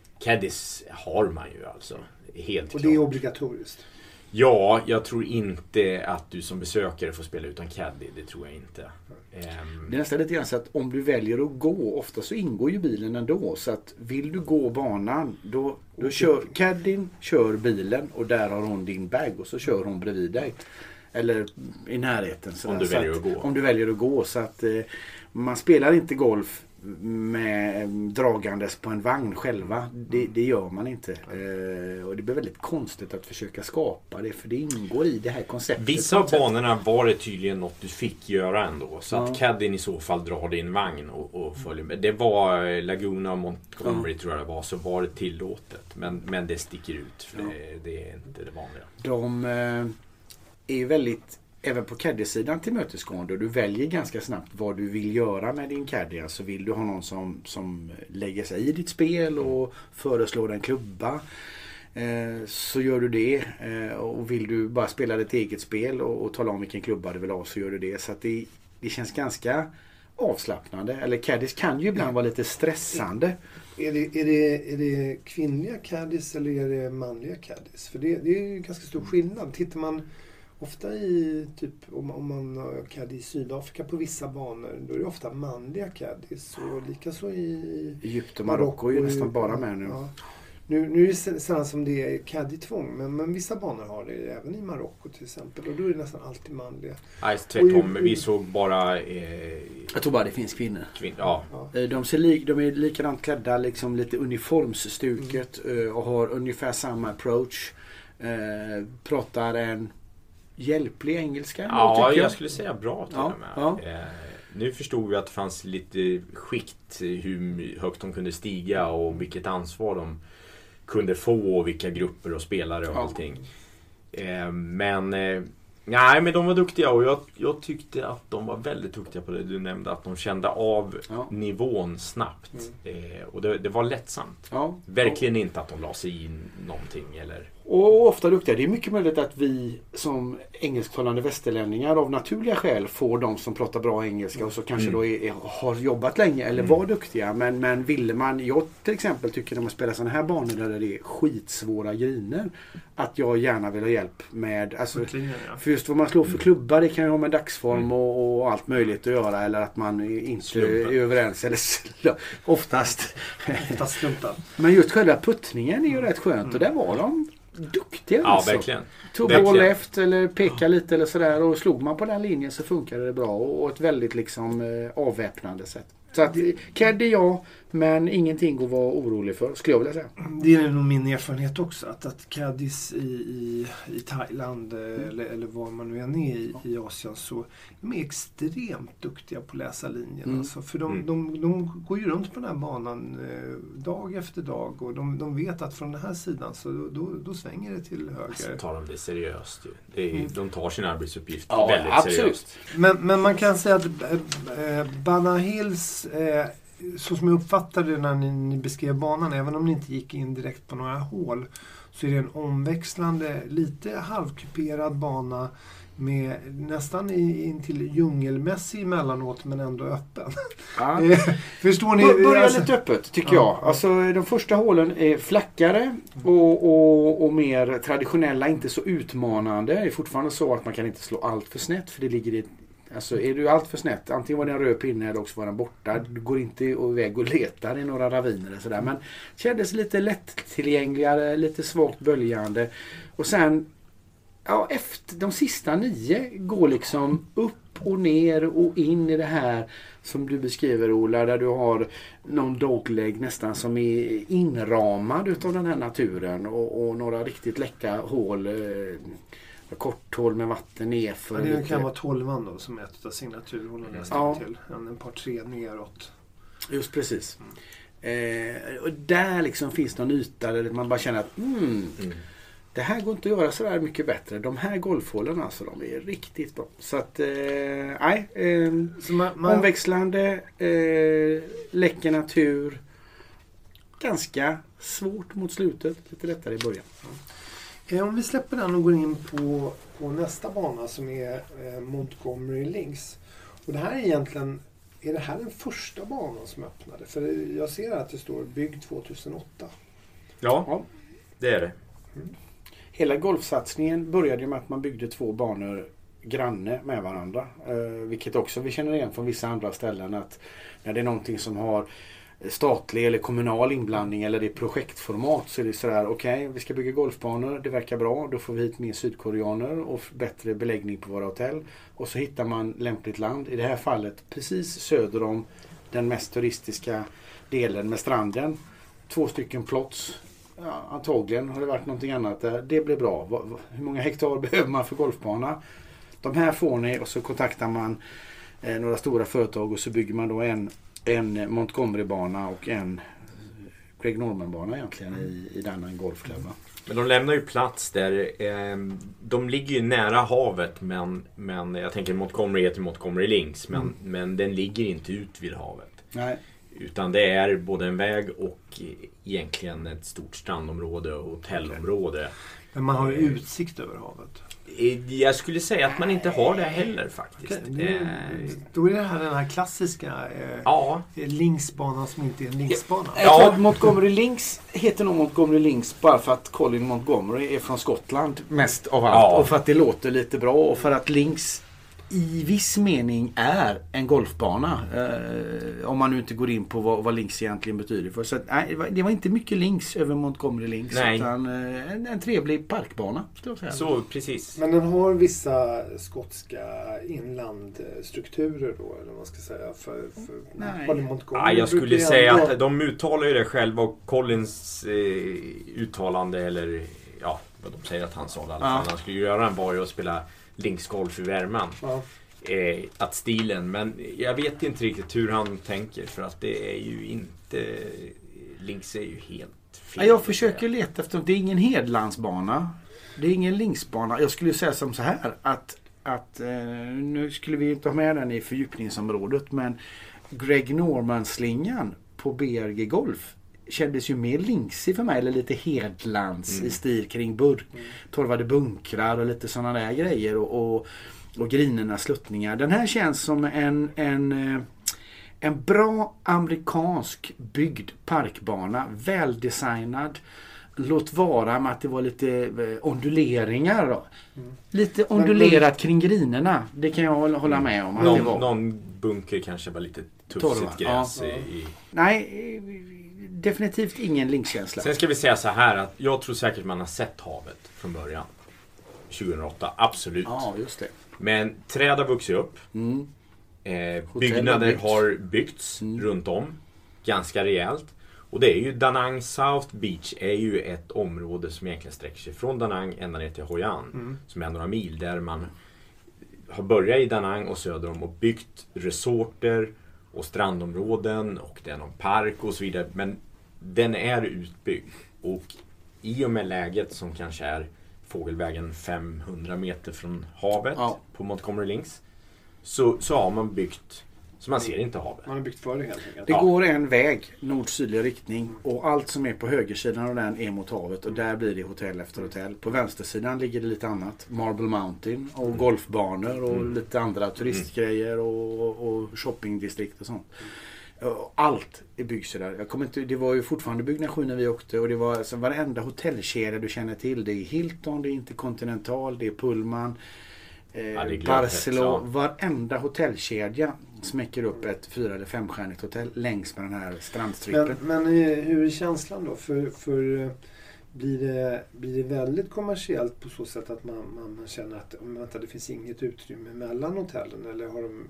har man ju alltså. Helt klart. Och det är obligatoriskt? Ja, jag tror inte att du som besökare får spela utan caddy. Det tror jag inte. Det är nästan lite grann så att om du väljer att gå, ofta så ingår ju bilen ändå. Så att vill du gå banan, då kör caddien, kör bilen och där har hon din bag och så kör hon bredvid dig. Eller i närheten. Om du väljer att gå. Så att man spelar inte golf med dragandes på en vagn själva. Det gör man inte. Och det blir väldigt konstigt att försöka skapa det, för det ingår i det här konceptet. Vissa av banorna var det tydligen något du fick göra ändå. Så att caddien i så fall drar din vagn och följer med. Det var Laguna och Montgomery tror jag det var, så var det tillåtet. Men det sticker ut, för det är inte det vanliga. De är väldigt, även på caddy-sidan, tillmötesgående. Du väljer ganska snabbt vad du vill göra med din caddy. Alltså vill du ha någon som lägger sig i ditt spel och föreslår en klubba, så gör du det. Och vill du bara spela ditt eget spel och tala om vilken klubba du vill ha, så gör du det. Så att det känns ganska avslappnande. Eller caddies kan ju ibland vara lite stressande. Är det kvinnliga caddies eller är det manliga caddies? För det är ju ganska stor skillnad. Tittar man ofta i typ om man har caddy i Sydafrika på vissa banor, då är det ofta manliga caddies, och likaså i Egypten och Marocko är ju nästan bara med nu. Ja. Nu är det sällan som det är caddy-tvång, men vissa banor har det, även i Marocko till exempel, och då är det nästan alltid manliga. Nej, tvärtom. Vi såg bara... jag tror bara det finns kvinnor. Ja. De är likadant klädda, liksom lite uniformsstuket, och har ungefär samma approach. Pratar en hjälplig engelska? Ja, jag skulle säga bra till och med. Ja. Nu förstod vi att det fanns lite skikt hur högt de kunde stiga och vilket ansvar de kunde få och vilka grupper och spelare och allting. Men de var duktiga, och jag tyckte att de var väldigt duktiga på det du nämnde, att de kände av nivån snabbt. Och det var lättsamt. Verkligen inte att de la sig in någonting eller... Och ofta duktiga. Det är mycket möjligt att vi som engelsktalande västerlänningar av naturliga skäl får de som pratar bra engelska och så kanske då har jobbat länge eller var duktiga. Men ville man, jag till exempel tycker när man spelar sådana här banor där det är skitsvåra griner, att jag gärna vill ha hjälp med, alltså, för just vad man slår för klubbar, det kan ju ha med dagsform och allt möjligt att göra, eller att man inte är överens, eller oftast slumpar. Men just själva puttningen är ju rätt skönt, och där var de duktiga. Ja, alltså. Verkligen. Tog boll efter eller peka lite eller sådär, och slog man på den linjen så funkade det bra, och ett väldigt liksom avväpnande sätt. Så att caddy men ingenting att vara orolig för, skulle jag vilja säga. Det är nog min erfarenhet också, att caddies i Thailand eller var man nu än är i Asien, så de är extremt duktiga på att läsa linjen. Alltså, för de går ju runt på den här banan dag efter dag, och de vet att från den här sidan så då svänger det till höger. Alltså, tar de det seriöst ju. De tar sin arbetsuppgift väldigt seriöst. Men man kan säga att Banana Hills, så som jag uppfattade det när ni beskrev banan, även om ni inte gick in direkt på några hål, så är det en omväxlande, lite halvkuperad bana med nästan in till djungelmässig emellanåt, men ändå öppen. Ja. Förstår ni? Börjar lite öppet tycker jag. Alltså de första hålen är flackare och mer traditionella, inte så utmanande. Det är fortfarande så att man kan inte slå allt för snett, för det ligger i. Alltså är du allt för snett, antingen var det en röd pinne eller också var den borta. Du går inte iväg och letar i några raviner eller sådär. Men kändes lite lättillgängligare, lite svagt böljande. Och sen, ja, efter de sista 9 går liksom upp och ner och in i det här som du beskriver, Ola, där du har någon dogleg nästan som är inramad utav den här naturen och några riktigt läcka hål. Korthål med vatten nerför. Ja, det kan vara 12an då som är ett av signaturhålen nästan till. En par 3 neråt. Just precis. Och där liksom finns någon yta där man bara känner att det här går inte att göra så där mycket bättre. De här golfhålen alltså, de är riktigt bra. Så att, nej. Omväxlande, läcker natur. Ganska svårt mot slutet. Lite lättare i början. Om vi släpper den och går in på nästa bana som är Montgomery Links. Och det här är egentligen, är det här den första banan som öppnade? För jag ser att det står byggd 2008. Ja, det är det. Hela golfsatsningen började ju med att man byggde 2 banor granne med varandra. Vilket också vi känner igen från vissa andra ställen, att när det är någonting som har statlig eller kommunal inblandning eller det är projektformat, så är det sådär, okej, vi ska bygga golfbanor, det verkar bra, då får vi hit mer sydkoreaner och bättre beläggning på våra hotell, och så hittar man lämpligt land, i det här fallet precis söder om den mest turistiska delen med stranden, 2 stycken plots. Ja, antagligen har det varit någonting annat där. Det blir bra. Hur många hektar behöver man för golfbana? De här får ni, och så kontaktar man några stora företag och så bygger man då en Montgomery-bana och en Greg Norman-bana egentligen i denna golfklubb. Men de lämnar ju plats där. De ligger ju nära havet, men jag tänker Montgomery heter Montgomery Links, men den ligger inte ut vid havet. Nej. Utan det är både en väg och egentligen ett stort strandområde och hotellområde. Men man har ju utsikt över havet. Jag skulle säga att man inte har det heller faktiskt. Då är det här den här klassiska linksbanan som inte är en linksbana. Jag tror att Montgomery Links heter nog Montgomery Links bara för att Colin Montgomery är från Skottland mest av allt. Ja. Och för att det låter lite bra och för att links i viss mening är en golfbana. Om man nu inte går in på vad links egentligen betyder. För. Så att, det var inte mycket links över Montgomery Links. Nej. Utan en trevlig parkbana, skulle jag säga. Så, precis. Men den har vissa skotska inlandstrukturer då, eller vad man ska säga, för Montgomery. Jag skulle säga att de uttalar ju det själva, och Collins uttalande, eller vad de säger att han sa i alla fall. Han skulle göra en var och spela linksgolf i värmen. Ja. Att stilen, men jag vet inte riktigt hur han tänker, för att det är ju inte, links är ju helt fel. Jag försöker leta efter, det är ingen hedlandsbana, det är ingen linksbana. Jag skulle säga som så här att nu skulle vi inte ha med den i fördjupningsområdet, men Greg Norman-slingan på BRG Golf kändes ju mer linksig för mig, eller lite hedlands i stil kring torvade bunkrar och lite sådana där grejer och grinerna, sluttningar. Den här känns som en bra amerikansk byggd parkbana, väldesignad. Låt vara med att det var lite onduleringar då. Lite ondulerat kring grinerna. Det kan jag hålla med om. Att det var. Någon bunker kanske var lite tuffigt gräs i. Nej, definitivt ingen linkkänsla. Sen ska vi säga så här, att jag tror säkert man har sett havet från början. 2008, absolut. Ja, just det. Men träd har vuxit upp. Byggnader har byggts runt om. Ganska rejält. Och det är ju Da Nang South Beach är ju ett område som egentligen sträcker sig från Da Nang ända ner till Hoi An. Som är några mil, där man har börjat i Da Nang och söder om och byggt resorter och strandområden, och det är någon park och så vidare. Men den är utbyggd, och i och med läget som kanske är fågelvägen 500 meter från havet på Montgomery Links, så har man byggt Så man ser inte havet. Man har byggt för det helt enkelt. Det går en väg, nord-sydlig riktning, och allt som är på högersidan av den är mot havet, och där blir det hotell efter hotell. På vänstersidan ligger det lite annat. Marble Mountain och golfbanor och lite andra turistgrejer och shoppingdistrikt och sånt. Allt är byggt så där. Det var ju fortfarande byggnation när vi åkte, och det var alltså varenda hotellkedja du känner till. Det är Hilton, det är Intercontinental, det är Pullman, Barcelona. Varenda hotellkedja smäcker upp ett 4- eller 5-stjärnigt hotell längs med den här strandstrippen. Men hur är känslan då? För blir det väldigt kommersiellt på så sätt att man känner att det finns inget utrymme mellan hotellen, eller har de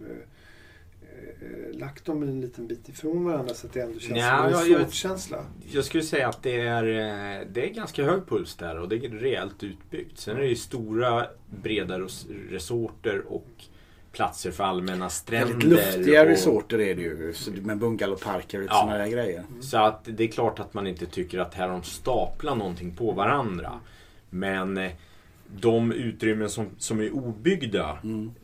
lagt dem en liten bit ifrån varandra så att det ändå känns som en sortkänsla? Jag skulle säga att det är ganska hög puls där, och det är rejält utbyggt. Sen är det ju stora, breda resorter och platser för allmänna stränder. Väldigt luftiga resorter är det ju, med bungalowparker och sådana där grejer. Så att det är klart att man inte tycker att här de staplar någonting på varandra. Men de utrymmen som är obyggda,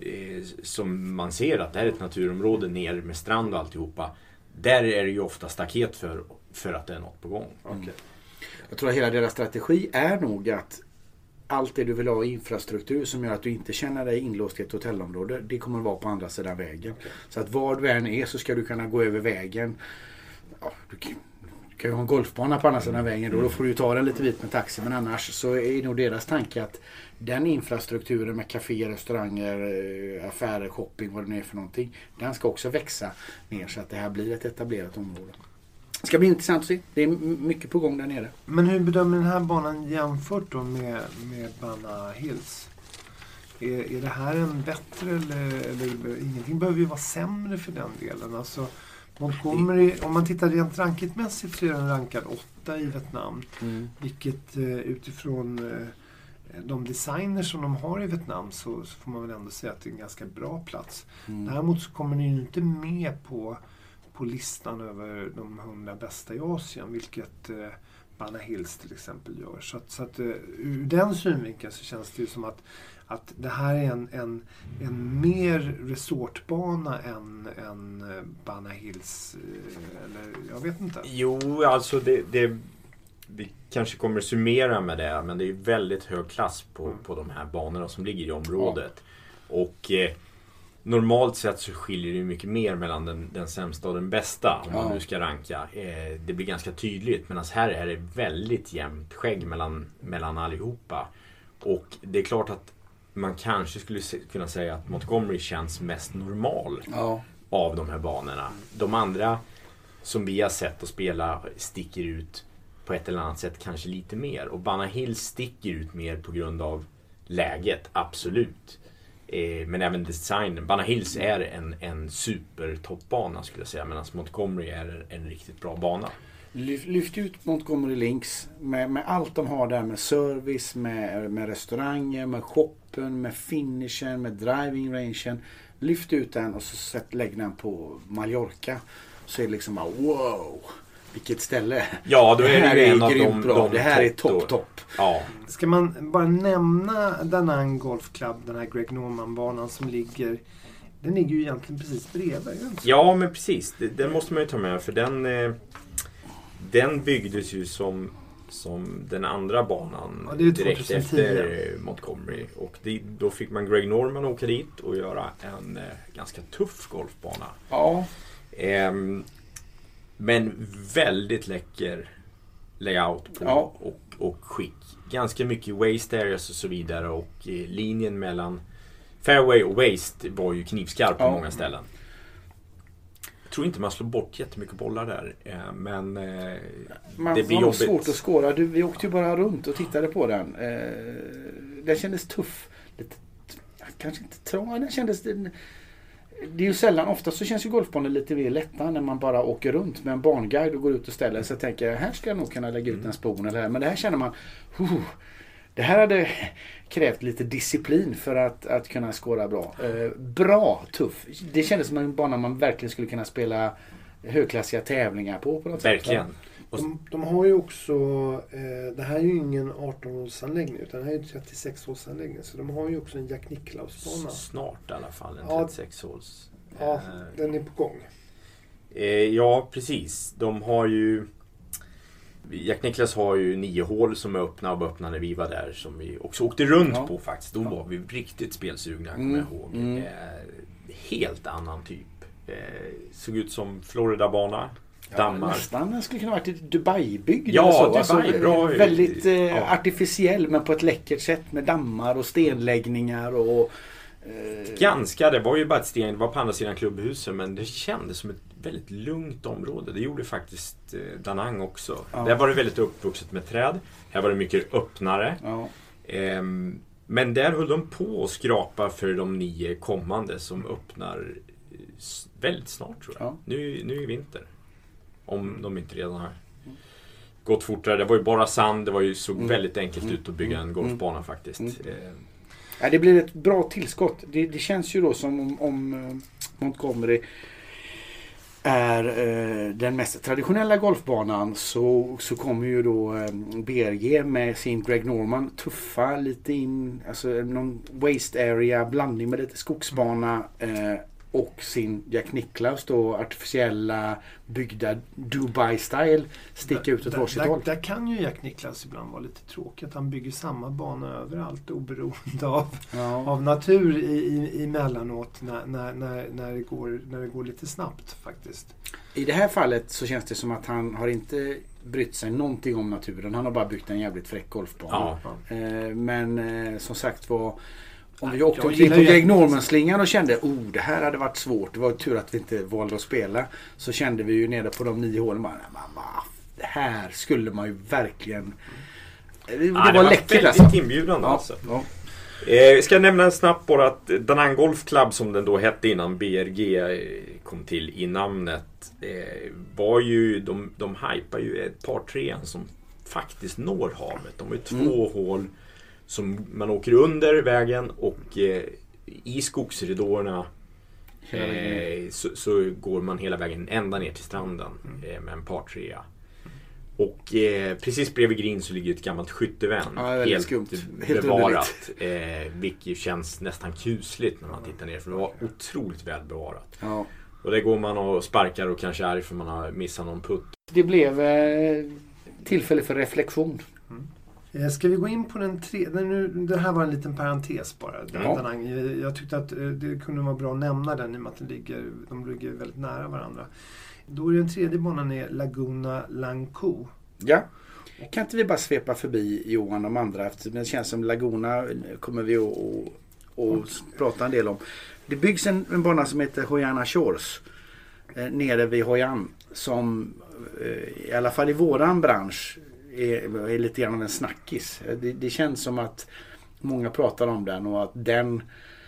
som man ser att det här är ett naturområde ner med strand och alltihopa, där är det ju ofta staket för att det är något på gång. Okay. Jag tror att hela deras strategi är nog att allt det du vill ha i infrastruktur som gör att du inte känner dig inlåst i ett hotellområde, det kommer att vara på andra sidan vägen. Okay. Så att var du än är så ska du kunna gå över vägen. Ja, du kan ju ha en golfbana på andra sidan vägen då får du ta den lite bit med taxi, men annars så är nog deras tanke att den infrastrukturen med kaféer, restauranger, affärer, shopping, vad det nu är för någonting, den ska också växa mer så att det här blir ett etablerat område. Det ska bli intressant att se. Det är mycket på gång där nere. Men hur bedömer den här banan jämfört då med Bana Hills? Är det här en bättre eller ingenting behöver ju vara sämre för den delen? Alltså Montgomery, om man tittar rent rankingmässigt så är den rankad 8 i Vietnam. Vilket utifrån de designer som de har i Vietnam så får man väl ändå säga att det är en ganska bra plats. Däremot så kommer ni ju inte med på listan över de 100 bästa i Asien, vilket Bana Hills till exempel gör. Så att ur den synvinkeln så känns det ju som att det här är en mer resortbana än Bana Hills, eller jag vet inte. Jo, alltså vi kanske kommer summera med det, men det är väldigt hög klass på de här banorna som ligger i området. Och normalt sett så skiljer det mycket mer mellan den sämsta och den bästa om man nu ska ranka. Det blir ganska tydligt, medan här är det väldigt jämnt skägg mellan allihopa. Och det är klart att man kanske skulle kunna säga att Montgomery känns mest normal av de här banorna. De andra som vi har sett att spela sticker ut på ett eller annat sätt kanske lite mer. Och Bana Hills sticker ut mer på grund av läget, absolut. Men även designen. Bana Hills är en supertoppbana skulle jag säga, medan Montgomery är en riktigt bra bana. Lyft ut Montgomery Links med allt de har där, med service, med restauranger, med shoppen, med finishen, med driving rangen. Lyft ut den och så lägg den på Mallorca, så är det liksom bara wow, vilket ställe. Ja, då är det en av de det här är topp. Ja. Ska man bara nämna Danang Golf Club, den här Greg Norman-banan som ligger, den ligger ju egentligen precis bredvid. Ja, men precis. Den måste man ju ta med, för den byggdes ju som den andra banan direkt efter Montgomery. Och då fick man Greg Norman åka dit och göra en ganska tuff golfbana. Ja. Men väldigt läcker layout på och skick. Ganska mycket waste areas och så vidare, och linjen mellan fairway och waste var ju knivskarp på många ställen. Jag tror inte man slår bort jättemycket bollar där, men det blir jobbigt. Svårt att skåra. Vi åkte ju bara runt och tittade på den. Den kändes tuff. Lite, kanske inte trång. Den kändes... Det är ju sällan, ofta så känns ju golfbanor lite mer lätta när man bara åker runt med en banguide och går ut och ställer sig och tänker, här ska jag nog kunna lägga ut en spon eller här. Men det här känner man, det här hade krävt lite disciplin för att kunna skåra bra. Bra, tuff. Det kändes som en bana man verkligen skulle kunna spela högklassiga tävlingar på något verkligen. sätt. De har ju också, det här är ju ingen 18-hålsanläggning utan det här är en 36-hålsanläggning. Så de har ju också en Jack Nicklaus-bana. Snart i alla fall en 36-håls. Ja, den är på gång. Ja, precis. De har ju... Jack Nicklaus har ju 9 hål som är öppna och öppna när vi var där, som vi också åkte runt på faktiskt. Då var vi riktigt spelsugna, kommer jag ihåg. Helt annan typ. Såg ut som Florida-bana. Dammar. Nästan, den skulle kunna varit ett Dubai-bygg. Ja, Dubai. Bra. Väldigt artificiell, men på ett läckert sätt med dammar och stenläggningar och... Ganska, det var ju bara ett sten, det var på andra sidan klubbhuset, men det kändes som ett väldigt lugnt område. Det gjorde faktiskt Da Nang också. Där var det väldigt uppvuxet med träd. Här var det mycket öppnare. Men där höll de på att skrapa för de 9 kommande som öppnar väldigt snart, tror jag. Nu i vinter. Om de inte redan har gått fortare. Det var ju bara sand, det var ju så väldigt enkelt ut att bygga en golfbana faktiskt. Ja, det blir ett bra tillskott. Det känns ju då som om Montgomery är den mest traditionella golfbanan, så kommer ju då BRG med sin Greg Norman tuffa lite in, alltså någon waste area, blandning med lite skogsbana och sin Jack Nicklaus då artificiella byggda Dubai-style sticka ut åt varsitt håll. Där kan ju Jack Nicklaus ibland vara lite tråkigt att han bygger samma bana överallt oberoende av natur i mellanåt när det går lite snabbt faktiskt. I det här fallet så känns det som att han har inte brytt sig någonting om naturen. Han har bara byggt en jävligt fräck golfbana. Men som sagt var, om vi åkte omkring på Greg Norman-slingan och kände det här hade varit svårt, det var tur att vi inte valde att spela, så kände vi ju nere på de 9 hålen det här skulle man ju verkligen det var läckert alltså. Väldigt inbjudande alltså. Jag ska nämna snabbt bara att Da Nang Golf Club, som den då hette innan BRG kom till i namnet, var ju de hypar ju ett par 3 som faktiskt når havet. De har ju 2 hål som man åker under vägen och i skogsridåerna så går man hela vägen ända ner till stranden med en par 3. Och precis bredvid green så ligger ett gammalt skyttevän, helt bevarat, vilket känns nästan kusligt när man tittar ner, för det var otroligt väl bevarat. Och där går man och sparkar och kanske är arg för man har missat någon putt. Det blev tillfälle för reflektion. Ska vi gå in på den tredje? Det här var en liten parentes bara. Jag tyckte att det kunde vara bra att nämna den i och med att de ligger väldigt nära varandra. Då är den tredje banan är Laguna Lankou. Ja, kan inte vi bara svepa förbi Johan de andra, eftersom det känns som Laguna kommer vi att prata en del om. Det byggs en bana som heter Hoi-An Shores nere vid Hoi An, som i alla fall i våran bransch är lite grann av en snackis. Det känns som att många pratar om den och att den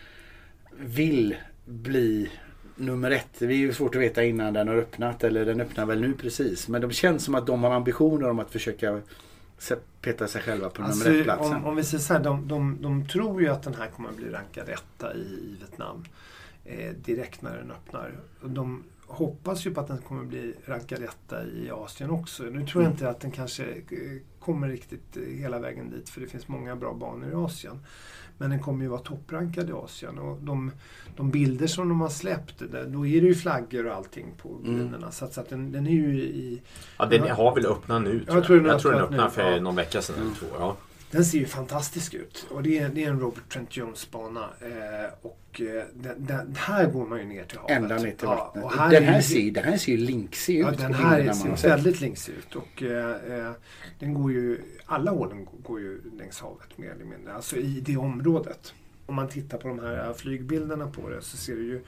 vill bli nummer 1. Det är ju svårt att veta innan den har öppnat, eller den öppnar väl nu precis. Men det känns som att de har ambitioner om att försöka peta sig själva på nummer 1-platsen. Om vi säger så här, de tror ju att den här kommer att bli rankad 1 i Vietnam direkt när den öppnar. De hoppas ju på att den kommer bli rankad 1 i Asien också. Nu tror jag inte att den kanske kommer riktigt hela vägen dit, för det finns många bra banor i Asien. Men den kommer ju vara topprankad i Asien. Och de bilder som de har släppt, då är det ju flaggor och allting på grinerna. Så att den är ju i... Ja, den har väl öppnat nu. Jag tror den öppnade för någon vecka sedan. Tror jag. Den ser ju fantastisk ut. Och det är en Robert Trent Jones-bana. Och här går man ju ner till havet. Ända ner till vattnet. Och den här ser ju linksig ut. Ja, den här ser väldigt linksig ut. Och den går ju... Alla hålen går ju längs havet mer eller mindre. Alltså i det området. Om man tittar på de här flygbilderna på det så ser det ju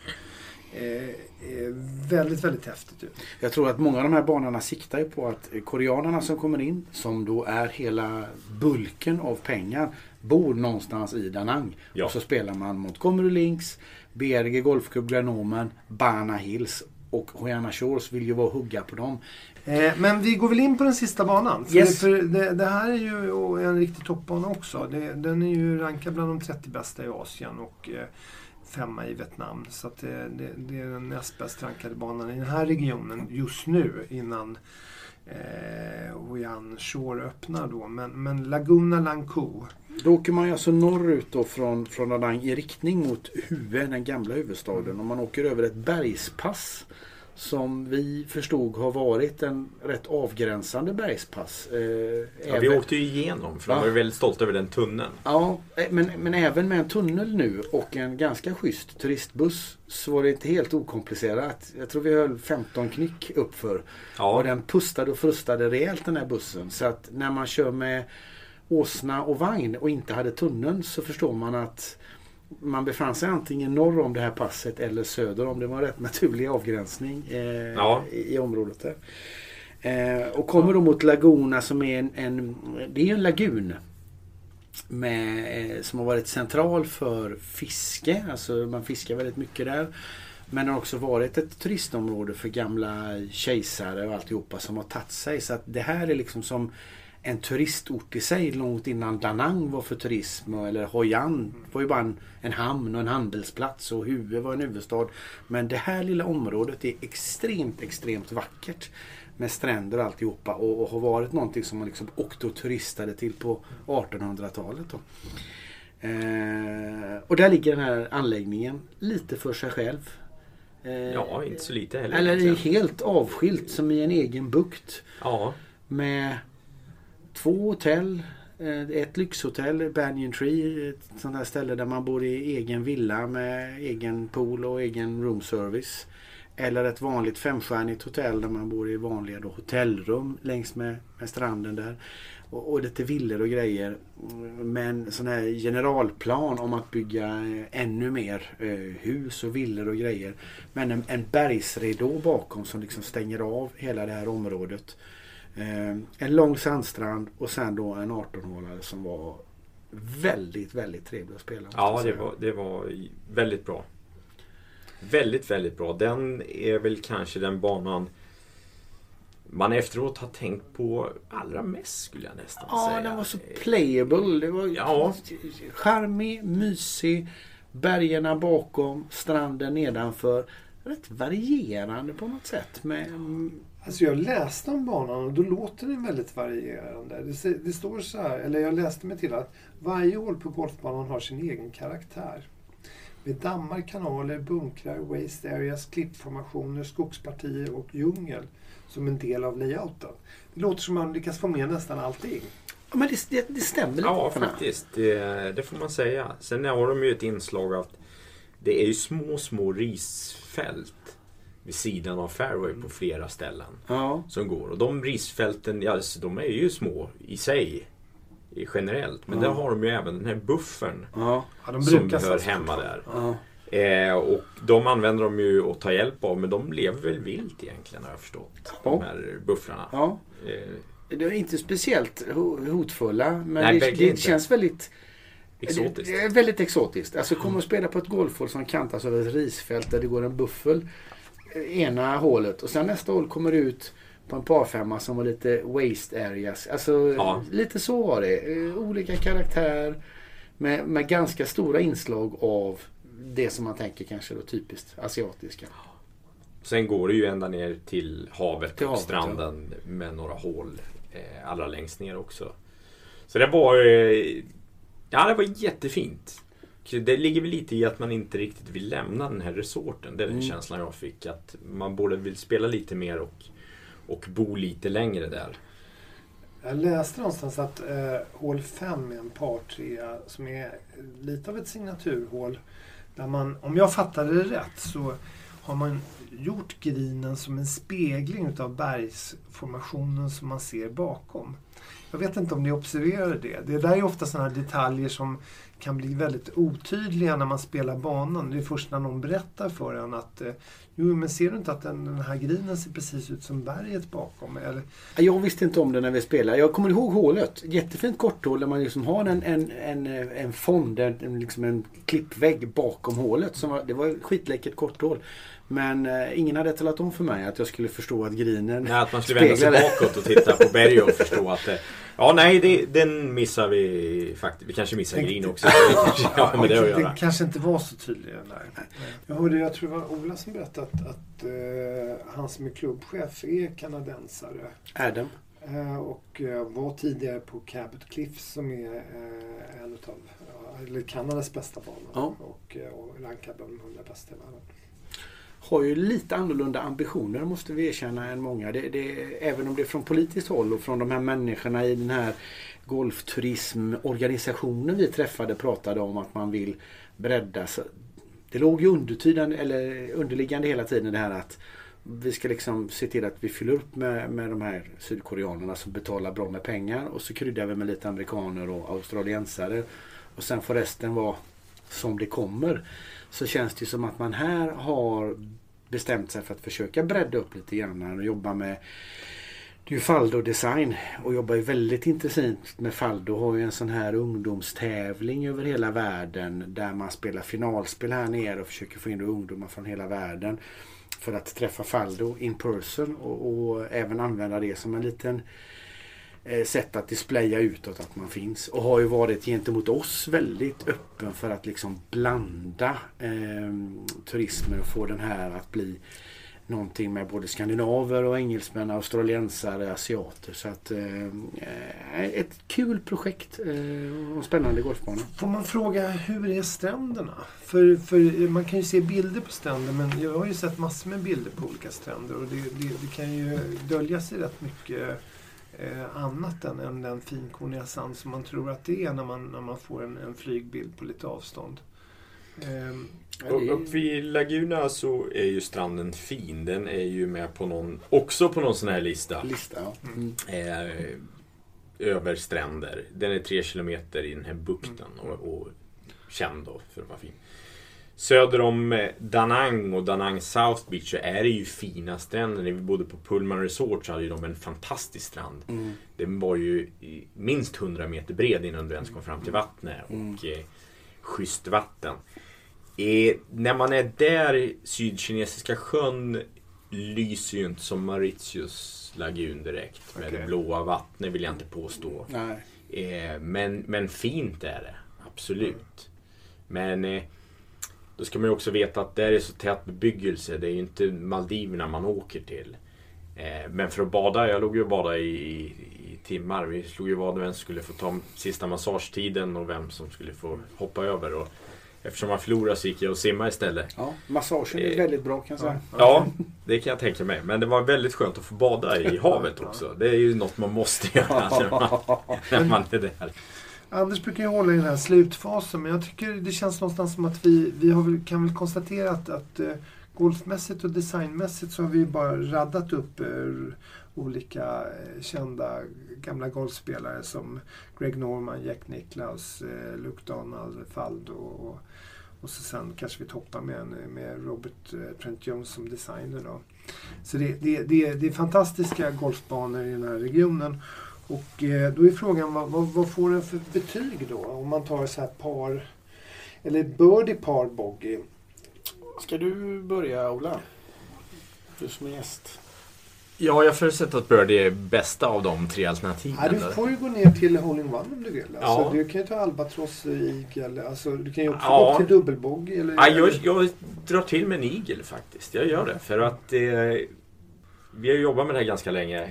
väldigt, väldigt häftigt ut. Jag tror att många av de här banorna siktar ju på att koreanerna som kommer in, som då är hela bulken av pengar, bor någonstans i Da Nang. Ja. Och så spelar man mot Montgomery Links, BRG Golfklubb Greg Norman, Bana Hills, och Hoi-An Shores vill ju vara hugga på dem. Men vi går väl in på den sista banan. Yes. För det här är ju en riktig toppbana också. Den är ju rankad bland de 30 bästa i Asien och 5 i Vietnam. Så att det är den näst bäst rankade banan i den här regionen just nu, innan Hoi-An Shore öppnar då. Men Laguna Langkou. Då åker man alltså norrut då från Da Nang i riktning mot Hue, den gamla huvudstaden. Och man åker över ett bergspass som vi förstod har varit en rätt avgränsande bergspass. Vi åkte ju igenom, för de var väldigt stolta över den tunneln. Ja, men även med en tunnel nu och en ganska schysst turistbuss så var det inte helt okomplicerat. Jag tror vi höll 15 knyck uppför. Ja. Och den pustade och frustade rejält den här bussen. Så att när man kör med åsna och vagn och inte hade tunneln så förstår man att man befann sig antingen norr om det här passet eller söder om. Det var en rätt naturlig avgränsning i området där. Och kommer då mot Laguna som är det är en lagun som har varit central för fiske. Alltså man fiskar väldigt mycket där. Men det har också varit ett turistområde för gamla kejsare och alltihopa som har tagit sig. Så att det här är liksom som en turistort i sig långt innan Da Nang var för turism, eller Hoi-An var ju bara en hamn och en handelsplats och Hue var en huvudstad. Men det här lilla området är extremt vackert med stränder och alltihopa och har varit någonting som man liksom åkte och turistade till på 1800-talet då. Och där ligger den här anläggningen lite för sig själv. Ja, inte så lite heller. Eller är helt avskilt som i en egen bukt. Ja. Med 2 hotell, ett lyxhotell, Banyan Tree, ett sånt här ställe där man bor i egen villa med egen pool och egen room service. Eller ett vanligt 5-stjärnigt hotell där man bor i vanliga då hotellrum längs med stranden där. Och lite villor och grejer. Men sån här generalplan om att bygga ännu mer hus och villor och grejer. Men en bergsridå bakom som liksom stänger av hela det här området. En lång sandstrand och sen då en 18-hålare som var väldigt trevlig att spela. Ja, det var väldigt bra. Väldigt bra. Den är väl kanske den banan man efteråt har tänkt på allra mest, skulle jag nästan säga. Ja, den var så playable. Det var charmig, mysig. Bergerna bakom, stranden nedanför. Rätt varierande på något sätt. Alltså jag läste om banan och då låter den väldigt varierande. Det står så här, eller jag läste mig till att varje hål på golfbanan har sin egen karaktär. Med dammar, kanaler, bunkrar, waste areas, klippformationer, skogspartier och djungel som en del av layouten. Det låter som man lyckas få med nästan allting. Ja, men det stämmer lite. Ja, faktiskt. Det får man säga. Sen har de ju ett inslag att det är ju små risfält vid sidan av fairway på flera ställen som går. Och de risfälten, de är ju små i sig generellt. Men där har de ju även den här buffern som hör hemma där. Och de använder de ju att ta hjälp av, men de lever väl vilt egentligen, har jag förstått. De här buffrarna. Ja. Det är inte speciellt hotfulla, men det känns väldigt exotiskt. Det är väldigt exotiskt. Alltså kommer att spela på ett golfhål som kantas över ett risfält där det går en buffel ena hålet och sen nästa hål kommer ut på en parfemma som var lite waste areas. Alltså lite så var det. Olika karaktär med ganska stora inslag av det som man tänker kanske då typiskt asiatiska. Sen går det ju ända ner till havet och stranden med några hål allra längst ner också. Så det var det var jättefint. Det ligger väl lite i att man inte riktigt vill lämna den här resorten. Det är den känslan jag fick, att man både vill spela lite mer och bo lite längre där. Jag läste någonstans att hål 5 är en par 3 som är lite av ett signaturhål. Där man, om jag fattade det rätt, så har man gjort grinen som en spegling av bergsformationen som man ser bakom. Jag vet inte om ni observerar det. Det där är ofta sådana detaljer som kan bli väldigt otydliga när man spelar banan. Det är först när någon berättar för en att men ser du inte att den här grinen ser precis ut som berget bakom? Eller? Jag visste inte om det när vi spelade. Jag kommer ihåg hålet. Jättefint korthål där man liksom har en fond, liksom en klippvägg bakom hålet. Det var ett skitläckert korthål. Men ingen hade talat om för mig att jag skulle förstå att grinen att man skulle vända sig bakåt och titta på berget och förstå att Ja, nej, den missar vi faktiskt. Vi kanske missar Green också. Det kanske inte var så tydligt där. Jag tror det var Ola som berättade att han som är klubbchef är kanadensare. Adam. Och var tidigare på Cabot Cliff som är en av Kanadas bästa banor. Och rankad bland de 100 bästa i världen. Har ju lite annorlunda ambitioner måste vi erkänna än många. Även om det är från politiskt håll och från de här människorna i den här golfturismorganisationen vi träffade pratade om att man vill bredda. Det låg ju underliggande hela tiden det här att vi ska liksom se till att vi fyller upp med de här sydkoreanerna som betalar bra med pengar och så kryddar vi med lite amerikaner och australiensare och sen får resten vara som det kommer. Så känns det som att man här har bestämt sig för att försöka bredda upp lite grann och jobba med det är ju Faldo Design och jobbar ju väldigt intensivt med Faldo. Har ju en sån här ungdomstävling över hela världen där man spelar finalspel här nere och försöker få in ungdomar från hela världen för att träffa Faldo in person och även använda det som en liten sätt att displaya utåt att man finns och har ju varit gentemot oss väldigt öppen för att liksom blanda turismen och få den här att bli någonting med både skandinaver och engelsmän, australiensare, asiater så att ett kul projekt och spännande golfbana. Får man fråga hur är stränderna? För man kan ju se bilder på stränder men jag har ju sett massor med bilder på olika stränder och det kan ju dölja sig rätt mycket annat än den finkorniga sand som man tror att det är när man får en flygbild på lite avstånd. Upp vid Laguna så är ju stranden fin. Den är ju med på någon sån här lista ja. Över stränder. Den är 3 kilometer i den här bukten och känd då för att vara fin. Söder om Da Nang och Da Nang South Beach så är det ju fina stränder. När vi bodde på Pullman Resort så hade de en fantastisk strand. Den var ju minst 100 meter bred innan du ens kom fram till vattnet och schysst vatten. När man är där, Sydkinesiska sjön lyser ju inte som Mauritius lagun direkt. Med det blåa vattnet vill jag inte påstå. Nej. Men fint är det, absolut. Men då ska man ju också veta att där är så tät bebyggelse. Det är ju inte Maldiverna man åker till. Men för att bada, jag låg ju och badade i timmar. Vi slog ju vad vem som skulle få ta sista massagetiden och vem som skulle få hoppa över. Och eftersom man förlorade så gick jag och simma istället. Ja, massagen är väldigt bra kan jag säga. Ja, det kan jag tänka mig. Men det var väldigt skönt att få bada i havet också. Det är ju något man måste göra när man är där. Anders brukar ju hålla i den här slutfasen men jag tycker det känns någonstans som att vi kan väl konstatera att golfmässigt och designmässigt så har vi bara raddat upp olika kända gamla golfspelare som Greg Norman, Jack Nicklaus, Luke Donald, Faldo och så sen kanske vi toppar med Robert Trent Jones som designer då. Så det är fantastiska golfbanor i den här regionen. Och då är frågan, vad får den för betyg då? Om man tar så här par, eller birdie par bogey. Ska du börja, Ola? Du som är gäst. Ja, jag förutsätter att birdie är bästa av de 3 alternativen. Ja, du får ju gå ner till hole-in-one om du vill. Alltså, du kan ju ta albatross, eagle. Alltså, du kan ju också gå till dubbelbogey. Eller... Ja, jag drar till med en eagle faktiskt. Jag gör det. För att vi har jobbat med det här ganska länge.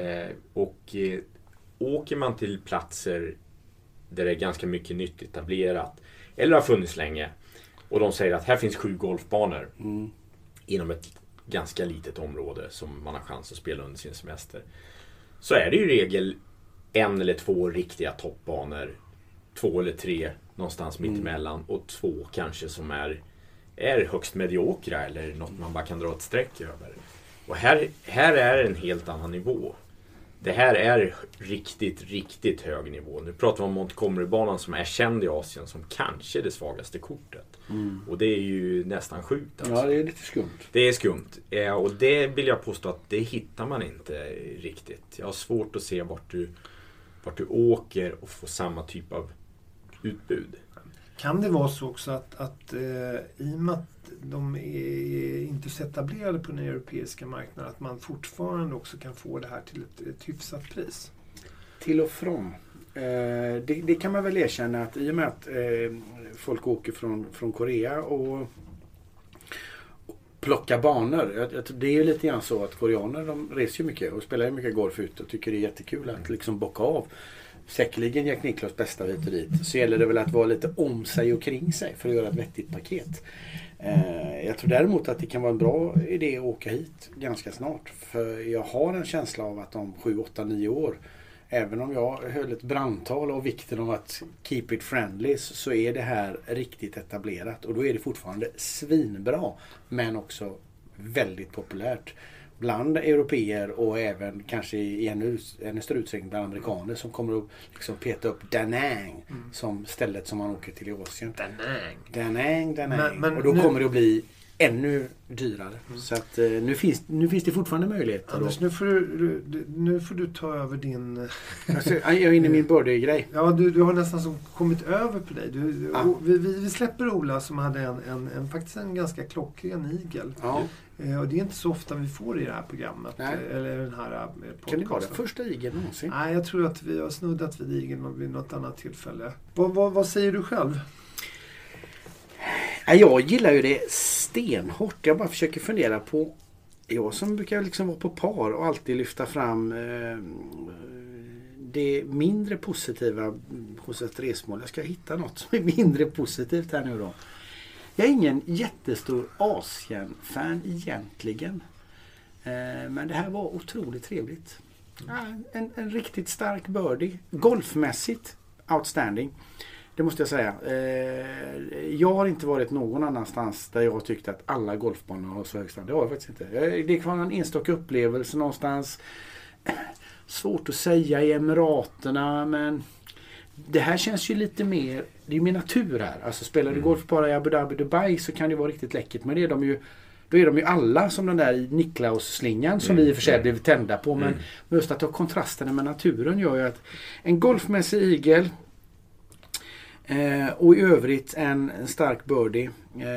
Åker man till platser där det är ganska mycket nytt etablerat eller har funnits länge och de säger att här finns 7 golfbanor inom ett ganska litet område som man har chans att spela under sin semester, så är det ju i regel 1 eller 2 riktiga toppbanor, 2 eller 3 någonstans mittemellan och 2 kanske som är högst mediokra eller något man bara kan dra ett streck över. Och här är en helt annan nivå. Det här är riktigt hög nivå. Nu pratar vi om Montgomery-banan som är känd i Asien som kanske det svagaste kortet. Och det är ju nästan sjukt. Alltså. Ja, det är lite skumt. Det är skumt. Och det vill jag påstå att det hittar man inte riktigt. Jag har svårt att se vart du åker och får samma typ av utbud. Kan det vara så också att i och med att de är inte så etablerade på den europeiska marknaden att man fortfarande också kan få det här till ett hyfsat pris? till och från. Det kan man väl erkänna att i och med att folk åker från Korea och plocka banor. Det är ju lite grann så att koreaner de reser ju mycket och spelar ju mycket golf ut och tycker det är jättekul att liksom bocka av. Säkerligen Jack Nicklaus bästa hit och dit. Så gäller det väl att vara lite om sig och kring sig för att göra ett vettigt paket. Jag tror däremot att det kan vara en bra idé att åka hit ganska snart. För jag har en känsla av att om 7, 8, 9 år, även om jag höll ett brandtal av vikten av att keep it friendly, så är det här riktigt etablerat. Och då är det fortfarande svinbra, men också väldigt populärt bland europeer och även kanske i ännu större utsträckning bland amerikaner som kommer att liksom peta upp Da Nang som stället som man åker till i Asien. Da Nang. Men och då kommer det att bli ännu dyrare. Så att nu finns det fortfarande möjligheter. Anders, nu får du ta över din... Alltså, jag är inne i min birdie-grej. Ja, du har nästan som kommit över på dig. Vi släpper Ola som hade faktiskt en ganska klockren igel. Ja. Och det är inte så ofta vi får i det här programmet. Nej. Eller den här podcasten. Kan det vara den första igeln någonsin? Nej, jag tror att vi har snuddat vid igeln vid något annat tillfälle. Vad säger du själv? Jag gillar ju det stenhårt. Jag bara försöker fundera på... Jag som brukar liksom vara på par och alltid lyfta fram det mindre positiva hos ett resmål. Jag ska hitta något som är mindre positivt här nu då. Jag är ingen jättestor Asien-fan egentligen. Men det här var otroligt trevligt. En riktigt stark birdie. Golfmässigt outstanding. Det måste jag säga. Jag har inte varit någon annanstans där jag har tyckt att alla golfbanor har så hög standard. Det har jag faktiskt inte. Det kan vara en enstaka upplevelse någonstans. Svårt att säga i Emiraterna, men det här känns ju lite mer, det är ju mer natur här. Alltså spelar du golf bara i Abu Dhabi, Dubai så kan det vara riktigt läckert. Men då är de ju alla som den där Nicklaus-slingan som vi i och för sig blev tända på. Men just att ha kontrasterna med naturen gör ju att en golfmässig igel och i övrigt en stark birdie.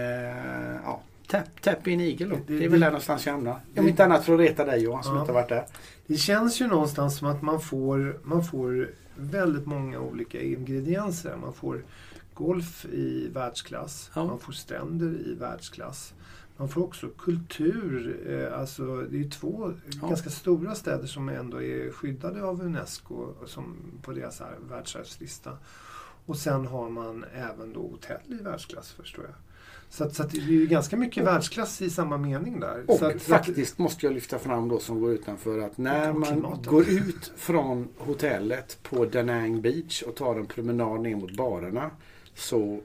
Tapp in igel då. Det är väl där någonstans jag hamnar. Om inte annat för att reta dig Johan som inte har varit där. Det känns ju någonstans som att man får väldigt många olika ingredienser. Man får golf i världsklass. Ja. Man får stränder i världsklass. Man får också kultur. Alltså det är 2 ganska stora städer som ändå är skyddade av UNESCO som på deras här världsarvslista. Och sen har man även då hotell i världsklass, förstår jag. Så att det är ju ganska mycket världsklass i samma mening där. Och så faktiskt måste jag lyfta fram då som går utanför att när man går ut från hotellet på Da Nang Beach och tar en promenad ner mot barerna, så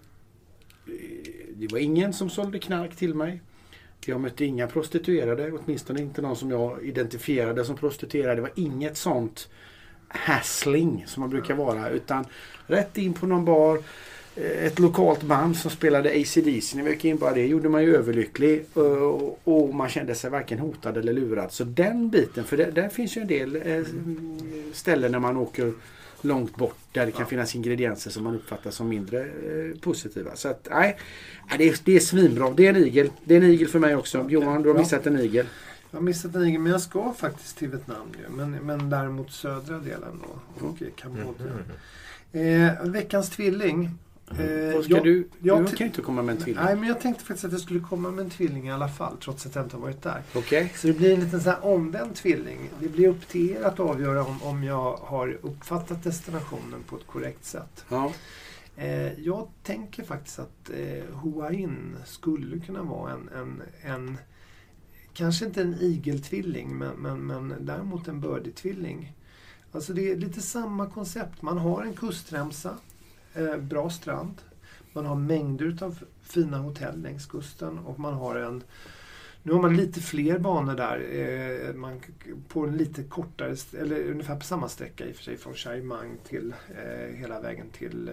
det var ingen som sålde knark till mig. Jag mötte inga prostituerade, åtminstone inte någon som jag identifierade som prostituerade. Det var inget sånt hassling som man brukar vara, utan rätt in på någon bar, ett lokalt band som spelade AC/DC. När vi gick in bara det gjorde man ju överlycklig och man kände sig varken hotad eller lurad. Så den biten, för där finns ju en del ställen när man åker långt bort där det kan finnas ingredienser som man uppfattar som mindre positiva. Så att nej, det är svinbra. Det är en igel. Det är en igel för mig också. Johan, du har missat en igel. Jag har missat en igel, men jag ska faktiskt till Vietnam ju. Men däremot södra delen då. Och Kambodja. Veckans tvilling. Du kan ju inte komma med en tvilling. Nej, men jag tänkte faktiskt att jag skulle komma med en tvilling i alla fall, trots att jag inte har varit där. Okay. Så det blir en liten så här omvänd tvilling. Det blir upp till er att avgöra om jag har uppfattat destinationen på ett korrekt sätt. Ja. Jag tänker faktiskt att Hua Hin skulle kunna vara en kanske inte en igeltvilling, men däremot en birdie-tvilling. Alltså det är lite samma koncept. Man har en kustremsa, bra strand. Man har mängder av fina hotell längs kusten och man har nu har man lite fler banor där. Man på en lite kortare, eller ungefär på samma sträcka i och för sig, från Chai Mang till hela vägen till